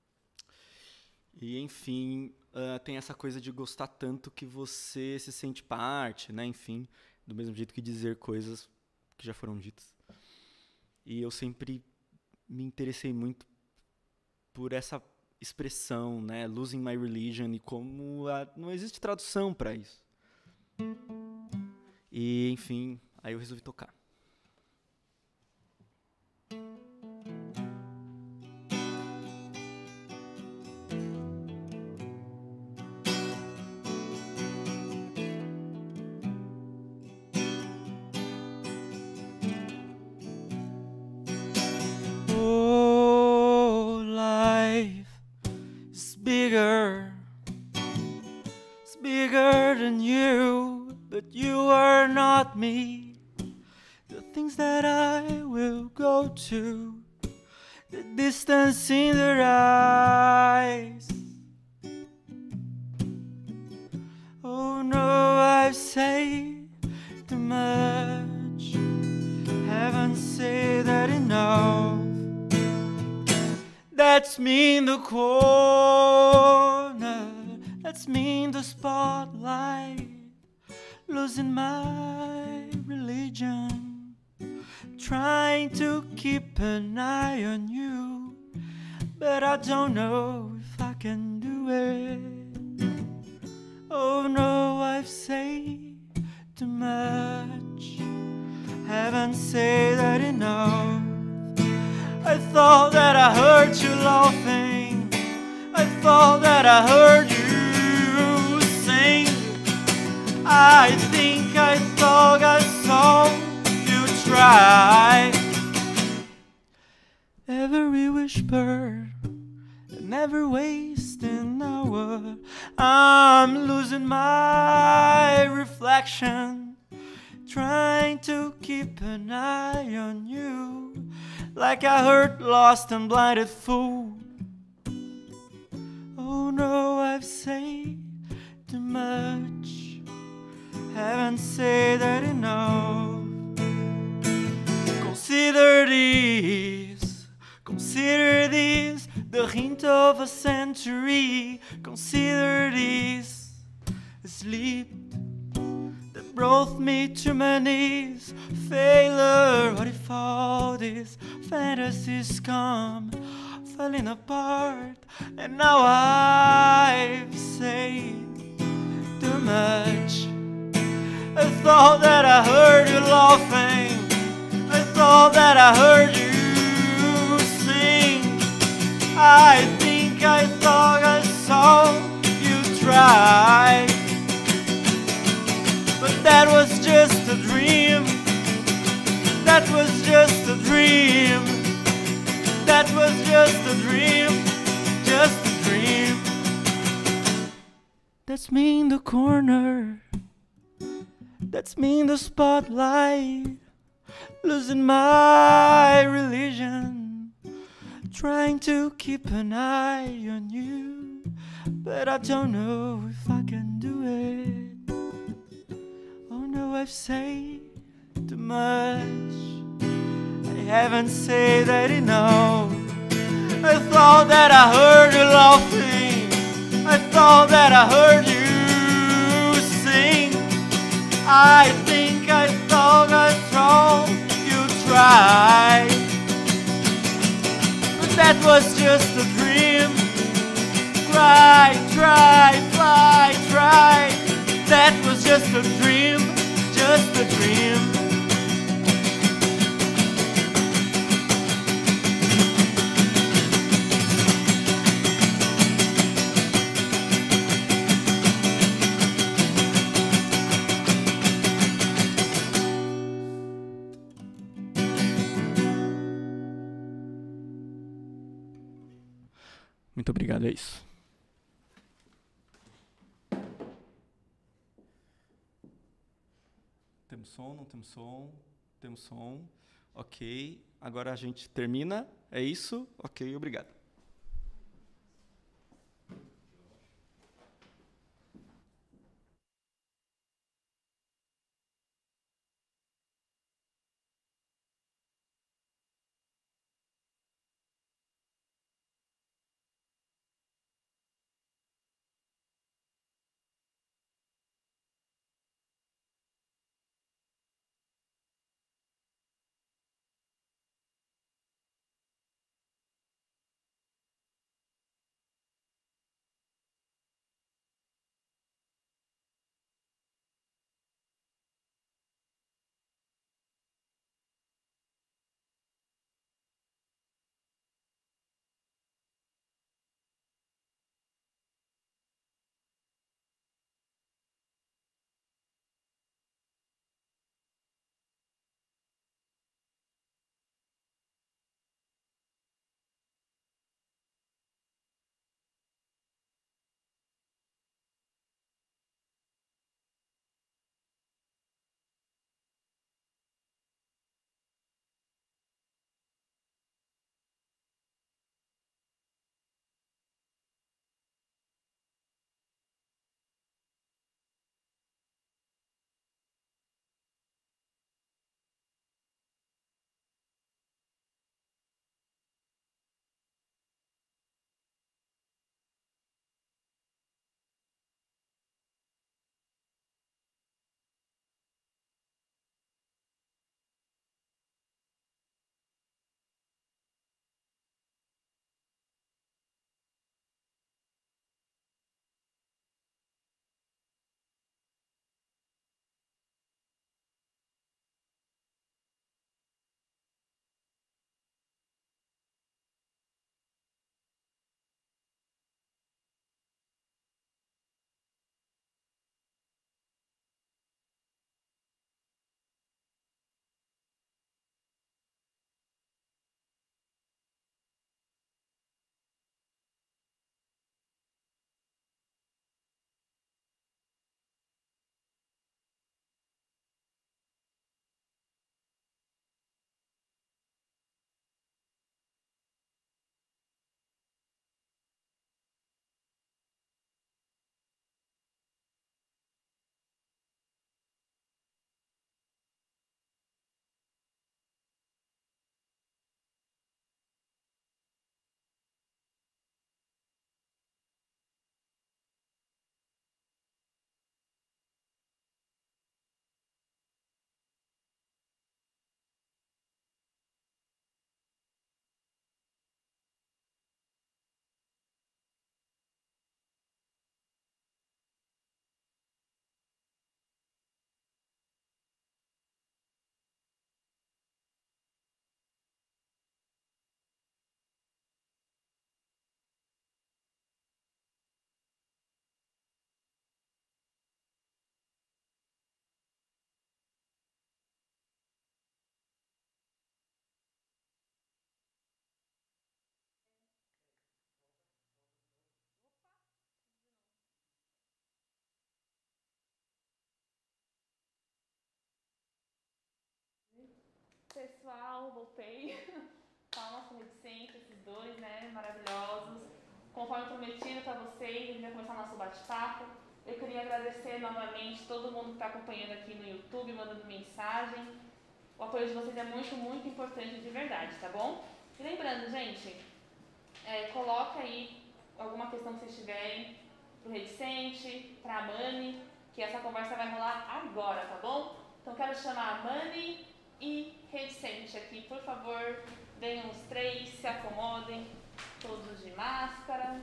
E, enfim, tem essa coisa de gostar tanto que você se sente parte, né? Enfim, do mesmo jeito que dizer coisas que já foram ditas. E eu sempre me interessei muito por essa expressão, né? Losing my religion, e como não existe tradução para isso. E, enfim, aí eu resolvi tocar. Than you, but you are not me. The things that I will go to, the distance in their eyes. Oh no, I've said too much, haven't said that enough. That's me in the corner, that's me in the spotlight, losing my religion, trying to keep an eye on you, but I don't know if I can do it. Oh no, I've said too much, haven't said that enough. I thought that I heard you laughing, I thought that I heard you sing. I think I thought I saw you try. Every whisper and every wasting hour, I'm losing my reflection, trying to keep an eye on you, like a hurt, lost and blinded fool. Oh no, I've said too too much. Haven't said that enough. Consider this, the hint of a century. Consider this, a sleep that brought me to my knees. Failure, what if all these fantasies come falling apart? And now I've said too much. I thought that I heard you laughing. I thought that I heard you sing. I think I thought I saw you try. But that was just a dream. That was just a dream. That was just a dream. Just a dream. That's me in the corner. That's me in the spotlight, losing my religion, trying to keep an eye on you, but I don't know if I can do it. Oh no, I've said too much. I haven't said that enough. I thought that I heard you laughing. I thought that I heard you sing. I think I thought I saw you try. But that was just a dream. Try, try, fly, try. That was just a dream, just a dream. Muito obrigado, é isso. Temos som, não temos som? Temos som. Ok. Agora a gente termina. É isso? Ok, obrigado. pessoal, voltei. Palmas para o Reticente, esses dois, né, maravilhosos. Conforme prometido para vocês, a gente vai começar o nosso bate-papo. Eu queria agradecer novamente todo mundo que está acompanhando aqui no YouTube, mandando mensagem. O apoio de vocês é muito, muito importante de verdade, tá bom? E lembrando, gente, coloca aí alguma questão que vocês tiverem pro Reticente, pra Mani, que essa conversa vai rolar agora, tá bom? Então quero chamar a Mani e Reticente aqui, por favor, venham os três, se acomodem, todos de máscara.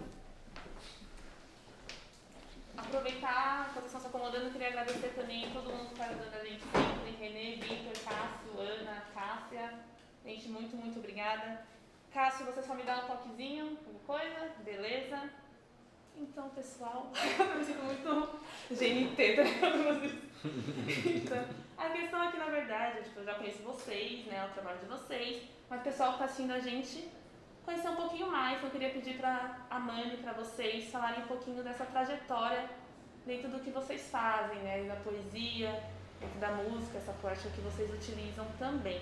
Aproveitar, enquanto vocês estão se acomodando, eu queria agradecer também a todo mundo que está ajudando a gente sempre, Renê, Vitor, Cássio, Ana, Cássia. Gente, muito, muito obrigada. Cássio, você só me dá um toquezinho, alguma coisa? Beleza? Então, pessoal, eu me sinto muito GNT, tá ligado? Então, a questão é que, na verdade, eu já conheço vocês, né, o trabalho de vocês, mas o pessoal que está assistindo a gente conhecer um pouquinho mais. Então, eu queria pedir para a Mani, para vocês, falarem um pouquinho dessa trajetória dentro do que vocês fazem, né, da poesia, dentro da música, essa poética que vocês utilizam também.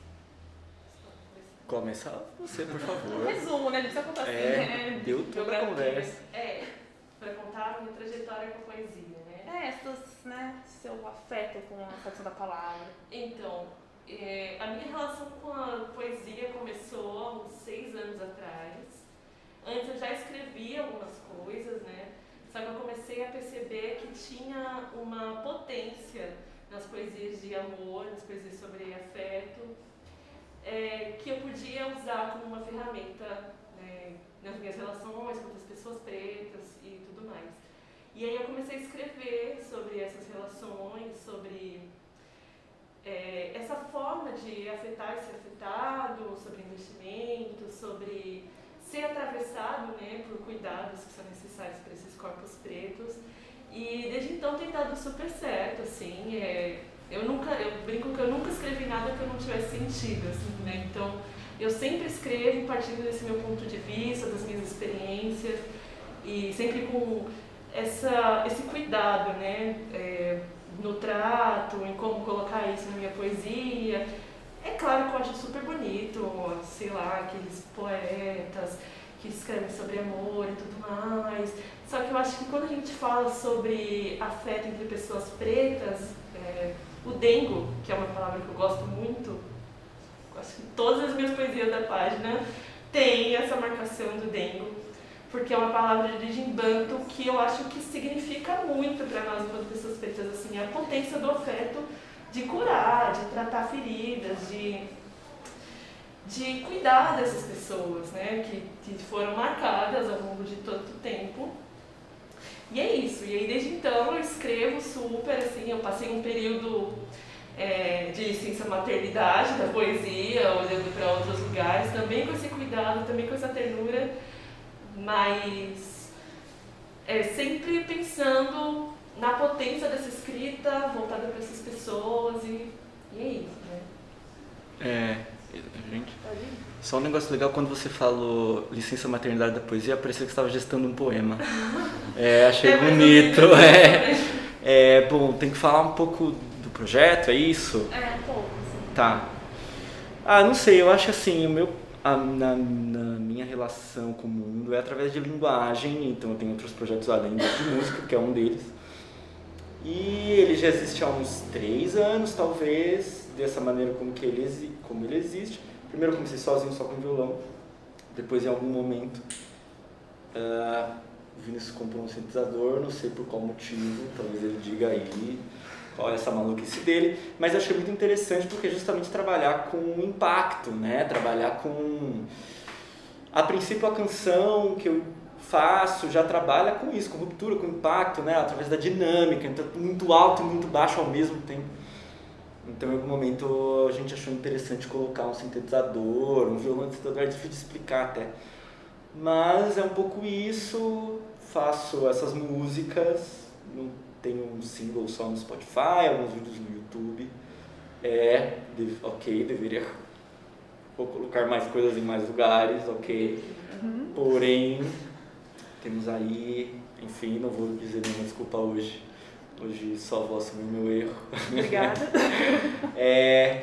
Começa você, por favor. Um resumo, né? A gente precisa contar assim, né? Deu toda a conversa. Para contar a minha trajetória com a poesia, né? Seu afeto com a questão da palavra. Então, a minha relação com a poesia começou há uns 6 anos atrás. Antes eu já escrevia algumas coisas, né? Só que eu comecei a perceber que tinha uma potência nas poesias de amor, nas poesias sobre afeto, que eu podia usar como uma ferramenta, né, nas minhas relações com outras pessoas pretas e tudo mais. E aí eu comecei a escrever sobre essas relações, sobre essa forma de afetar e ser afetado, sobre investimento, sobre ser atravessado, né, por cuidados que são necessários para esses corpos pretos. E desde então tem dado super certo, assim. Eu brinco que eu nunca escrevi nada que eu não tivesse sentido, assim, né? Então, eu sempre escrevo partindo desse meu ponto de vista, das minhas experiências, e sempre com esse cuidado, né? No trato, em como colocar isso na minha poesia. É claro que eu acho super bonito, sei lá, aqueles poetas que escrevem sobre amor e tudo mais. Só que eu acho que quando a gente fala sobre afeto entre pessoas pretas, o dengo, que é uma palavra que eu gosto muito, acho que todas as minhas poesias da página têm essa marcação do dengo, porque é uma palavra de origem banto que eu acho que significa muito para nós enquanto pessoas pretas, assim, a potência do afeto de curar, de tratar feridas, de cuidar dessas pessoas, né, que foram marcadas ao longo de tanto tempo. E é isso, e aí desde então eu escrevo super, assim, eu passei um período de licença maternidade da poesia, olhando para outros lugares, também com esse cuidado, também com essa ternura, mas sempre pensando na potência dessa escrita, voltada para essas pessoas, e é isso, né? Gente, só um negócio legal, quando você falou licença maternidade da poesia, parecia que você estava gestando um poema. Achei bonito. Bom, tem que falar um pouco do projeto, é isso? Um pouco, sim. Tá. Não sei, eu acho assim, na minha relação com o mundo é através de linguagem, então eu tenho outros projetos além de música, que é um deles. E ele já existe há uns 3 anos, talvez, dessa maneira como ele existe. Primeiro eu comecei sozinho, só com violão. Depois, em algum momento, o Vinícius comprou um sintetizador, não sei por qual motivo, talvez ele diga aí qual é essa maluquice dele. Mas eu achei muito interessante porque é justamente trabalhar com impacto, né? Trabalhar com... A princípio, a canção que eu faço já trabalha com isso, com ruptura, com impacto, né? Através da dinâmica, então muito alto e muito baixo ao mesmo tempo. Então, em algum momento, a gente achou interessante colocar um sintetizador, um violão de sintetizador, é difícil de explicar até. Mas é um pouco isso, faço essas músicas, tenho um single só no Spotify, alguns vídeos no YouTube. Deveria vou colocar mais coisas em mais lugares, ok. Porém, temos aí, enfim, não vou dizer nenhuma desculpa hoje. Hoje só vou assumir meu erro. Obrigada.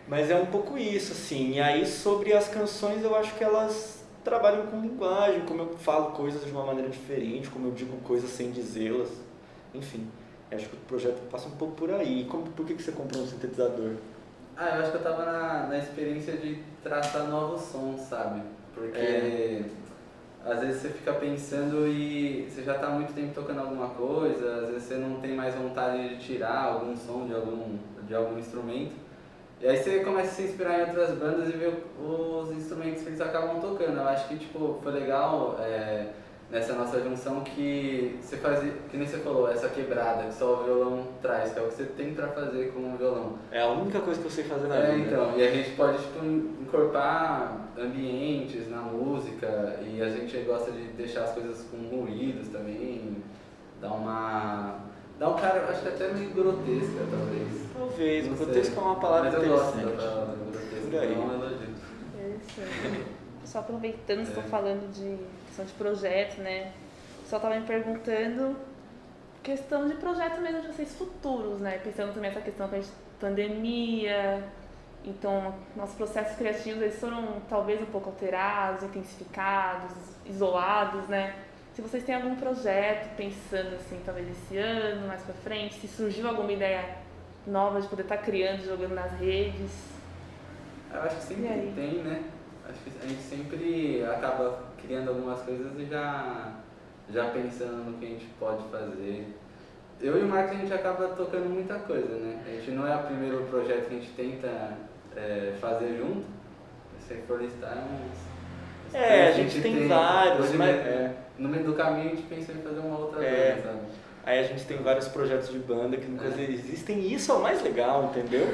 Mas é um pouco isso, assim. E aí, sobre as canções, eu acho que elas trabalham com linguagem, como eu falo coisas de uma maneira diferente, como eu digo coisas sem dizê-las. Enfim, acho que o projeto passa um pouco por aí. Por que você comprou um sintetizador? Eu acho que eu tava na experiência de traçar novos sons, sabe? Porque às vezes você fica pensando e você já tá há muito tempo tocando alguma coisa, às vezes você não tem mais vontade de tirar algum som de algum instrumento. E aí você começa a se inspirar em outras bandas e ver os instrumentos que eles acabam tocando. Eu acho que tipo, foi legal nessa nossa junção que você fazia, que nem você falou, essa quebrada que só o violão traz, que é o que você tem pra fazer com o violão. É a única coisa que eu sei fazer na vida. Então, e a gente pode tipo, encorpar ambientes na música e a gente gosta de deixar as coisas com ruídos também, dar um cara, acho que até meio grotesca, talvez. Talvez, grotesca é uma palavra interessante. Mas eu gosto da palavra grotesca, é um elogio. Interessante. Só aproveitando, vocês estão falando de questão de projeto, né? O pessoal estava me perguntando questão de projeto mesmo de vocês futuros, né? Pensando também essa questão de pandemia. Então, nossos processos criativos, eles foram talvez um pouco alterados, intensificados, isolados, né? Se vocês têm algum projeto pensando assim, talvez esse ano, mais pra frente, se surgiu alguma ideia nova de poder estar criando, jogando nas redes. Eu acho que sempre tem, né? Acho que a gente sempre acaba criando algumas coisas e já pensando no que a gente pode fazer. Eu e o Marcos, a gente acaba tocando muita coisa, né? A gente não é o primeiro projeto que a gente tenta fazer junto. Se for listar, a gente tem vários, hoje, mas... no meio do caminho a gente pensou em fazer uma outra banda, sabe? Aí a gente tem vários projetos de banda que nunca existem e isso é o mais legal, entendeu?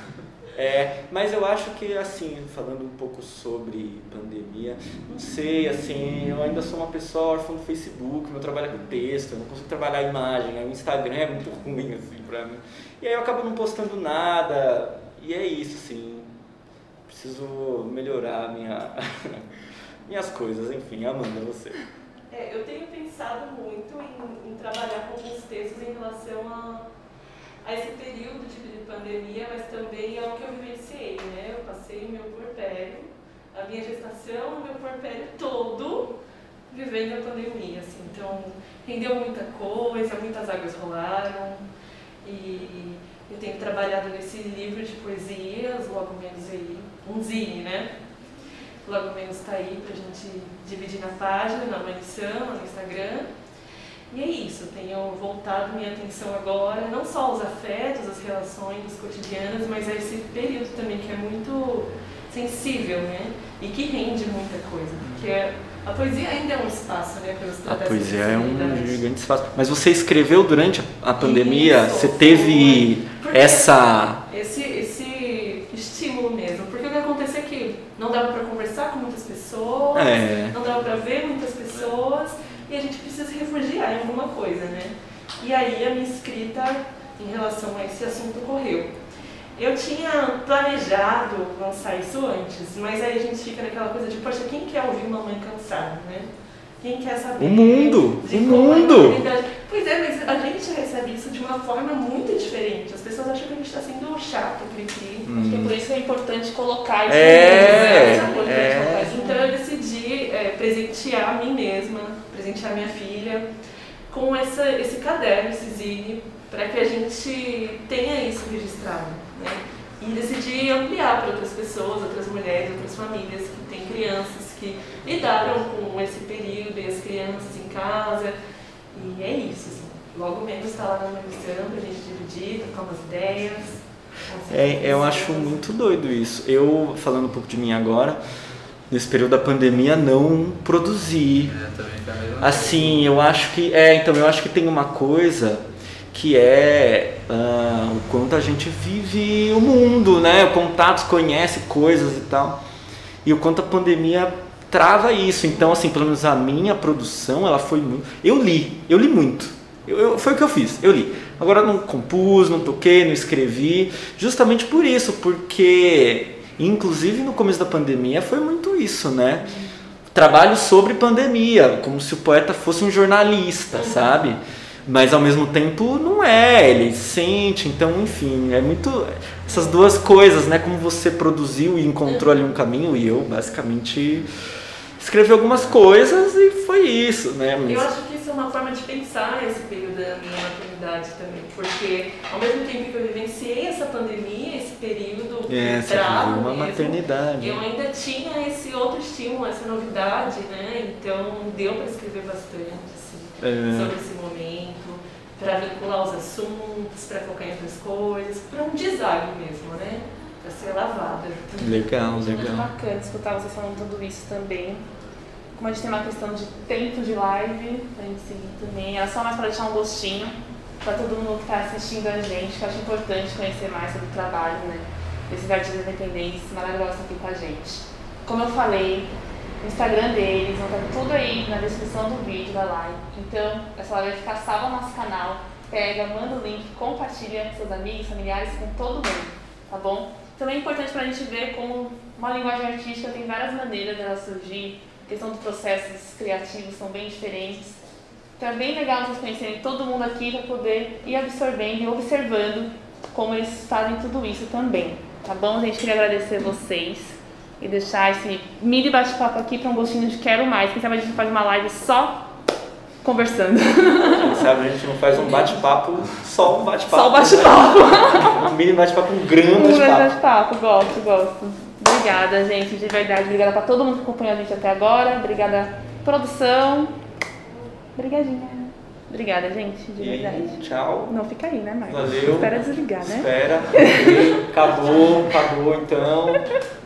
Mas eu acho que, assim, falando um pouco sobre pandemia, não sei, assim, eu ainda sou uma pessoa órfã do Facebook, meu trabalho é com texto, eu não consigo trabalhar a imagem, o Instagram é muito ruim, assim, pra mim. E aí eu acabo não postando nada, e é isso, assim, preciso melhorar minhas coisas, enfim, Amanda, você. Eu tenho pensado muito em trabalhar com alguns textos em relação a esse período de pandemia, mas também ao que eu vivenciei, né? Eu passei o meu puerpério, a minha gestação, o meu puerpério todo vivendo a pandemia, assim. Então, rendeu muita coisa, muitas águas rolaram e eu tenho trabalhado nesse livro de poesias, logo menos aí, um zine, né? Logo menos está aí pra gente dividir na página, na Mani Sama, no Instagram. E é isso, tenho voltado minha atenção agora, não só aos afetos, às relações cotidianas, mas a esse período também que é muito sensível, né? E que rende muita coisa. Porque a poesia ainda é um espaço, né? A poesia é um gigante espaço. Mas você escreveu durante a pandemia? Isso, você teve esse estímulo mesmo. Porque o que aconteceu é que não dava para conversar com muitas pessoas, não dava para ver muitas pessoas, e a gente precisa se refugiar em alguma coisa, né? E aí a minha escrita em relação a esse assunto ocorreu. Eu tinha planejado lançar isso antes, mas aí a gente fica naquela coisa de, poxa, quem quer ouvir uma mãe cansada, né? Quem quer saber? O mundo! Pois é, mas a gente recebe isso de uma forma muito diferente. As pessoas acham que a gente está sendo chato, cri-cri. Acho que é por isso que é importante colocar isso. Então eu decidi presentear a mim mesma, presentear minha filha com esse caderno, esse zine, para que a gente tenha isso registrado, né? E decidi ampliar para outras pessoas, outras mulheres, outras famílias que têm crianças que lidaram com esse período e as crianças em casa. E é isso, assim. Logo menos está lá na missão para a gente dividir, trocar umas ideias. Eu acho muito doido isso. Eu, falando um pouco de mim agora, nesse período da pandemia, não produzi. Assim, eu acho que... eu acho que tem uma coisa que é o quanto a gente vive o mundo, né? Contatos, conhece coisas e tal. E o quanto a pandemia trava isso. Então, assim, pelo menos a minha produção, ela foi muito... Eu li muito. Foi o que eu fiz, eu li. Agora não compus, não toquei, não escrevi, justamente por isso, porque inclusive no começo da pandemia foi muito isso, né? Trabalho sobre pandemia, como se o poeta fosse um jornalista, sabe? Mas ao mesmo tempo não é, ele sente, então enfim, é muito essas duas coisas, né? Como você produziu e encontrou ali um caminho, e eu basicamente escrevi algumas coisas e foi isso, né? Eu acho que isso é uma forma de pensar esse período da minha maternidade também, porque ao mesmo tempo que eu vivenciei essa pandemia, esse período bravo uma mesmo, maternidade. eu ainda tinha esse outro estímulo, essa novidade, né? Então deu para escrever bastante assim, sobre esse momento, para vincular os assuntos, para focar em outras coisas, para um design mesmo, né? Para ser lavada. Legal. Muito bacana escutar vocês falando tudo isso também. Como a gente tem uma questão de tempo de live, a gente seguir também, era só mais para deixar um gostinho para todo mundo que está assistindo a gente, que eu acho importante conhecer mais sobre o trabalho, né, desses artistas independentes maravilhosos aqui com a gente. Como eu falei, o Instagram deles, vão estar tudo aí na descrição do vídeo da live. Então, essa live vai ficar salva no nosso canal. Pega, manda o link, compartilha com seus amigos, familiares, com todo mundo, tá bom? Também é importante para a gente ver como uma linguagem artística tem várias maneiras dela surgir. A questão dos processos criativos são bem diferentes. Então é bem legal vocês conhecerem todo mundo aqui para poder ir absorvendo e observando como eles fazem tudo isso também. Tá bom, gente? Queria agradecer vocês e deixar esse mini bate-papo aqui para um gostinho de quero mais. Quem sabe a gente faz uma live só conversando. Quem sabe a gente não faz um bate-papo, só um bate-papo. Só um bate-papo. Um mini bate-papo, um grande bate-papo. Um grande bate-papo, gosto. Obrigada, gente, de verdade. Obrigada para todo mundo que acompanhou a gente até agora. Obrigada, produção. Obrigadinha. Obrigada, gente, de verdade. Tchau. Não, fica aí, né, Marcos? Valeu. Espera desligar, né? Espera. Acabou então.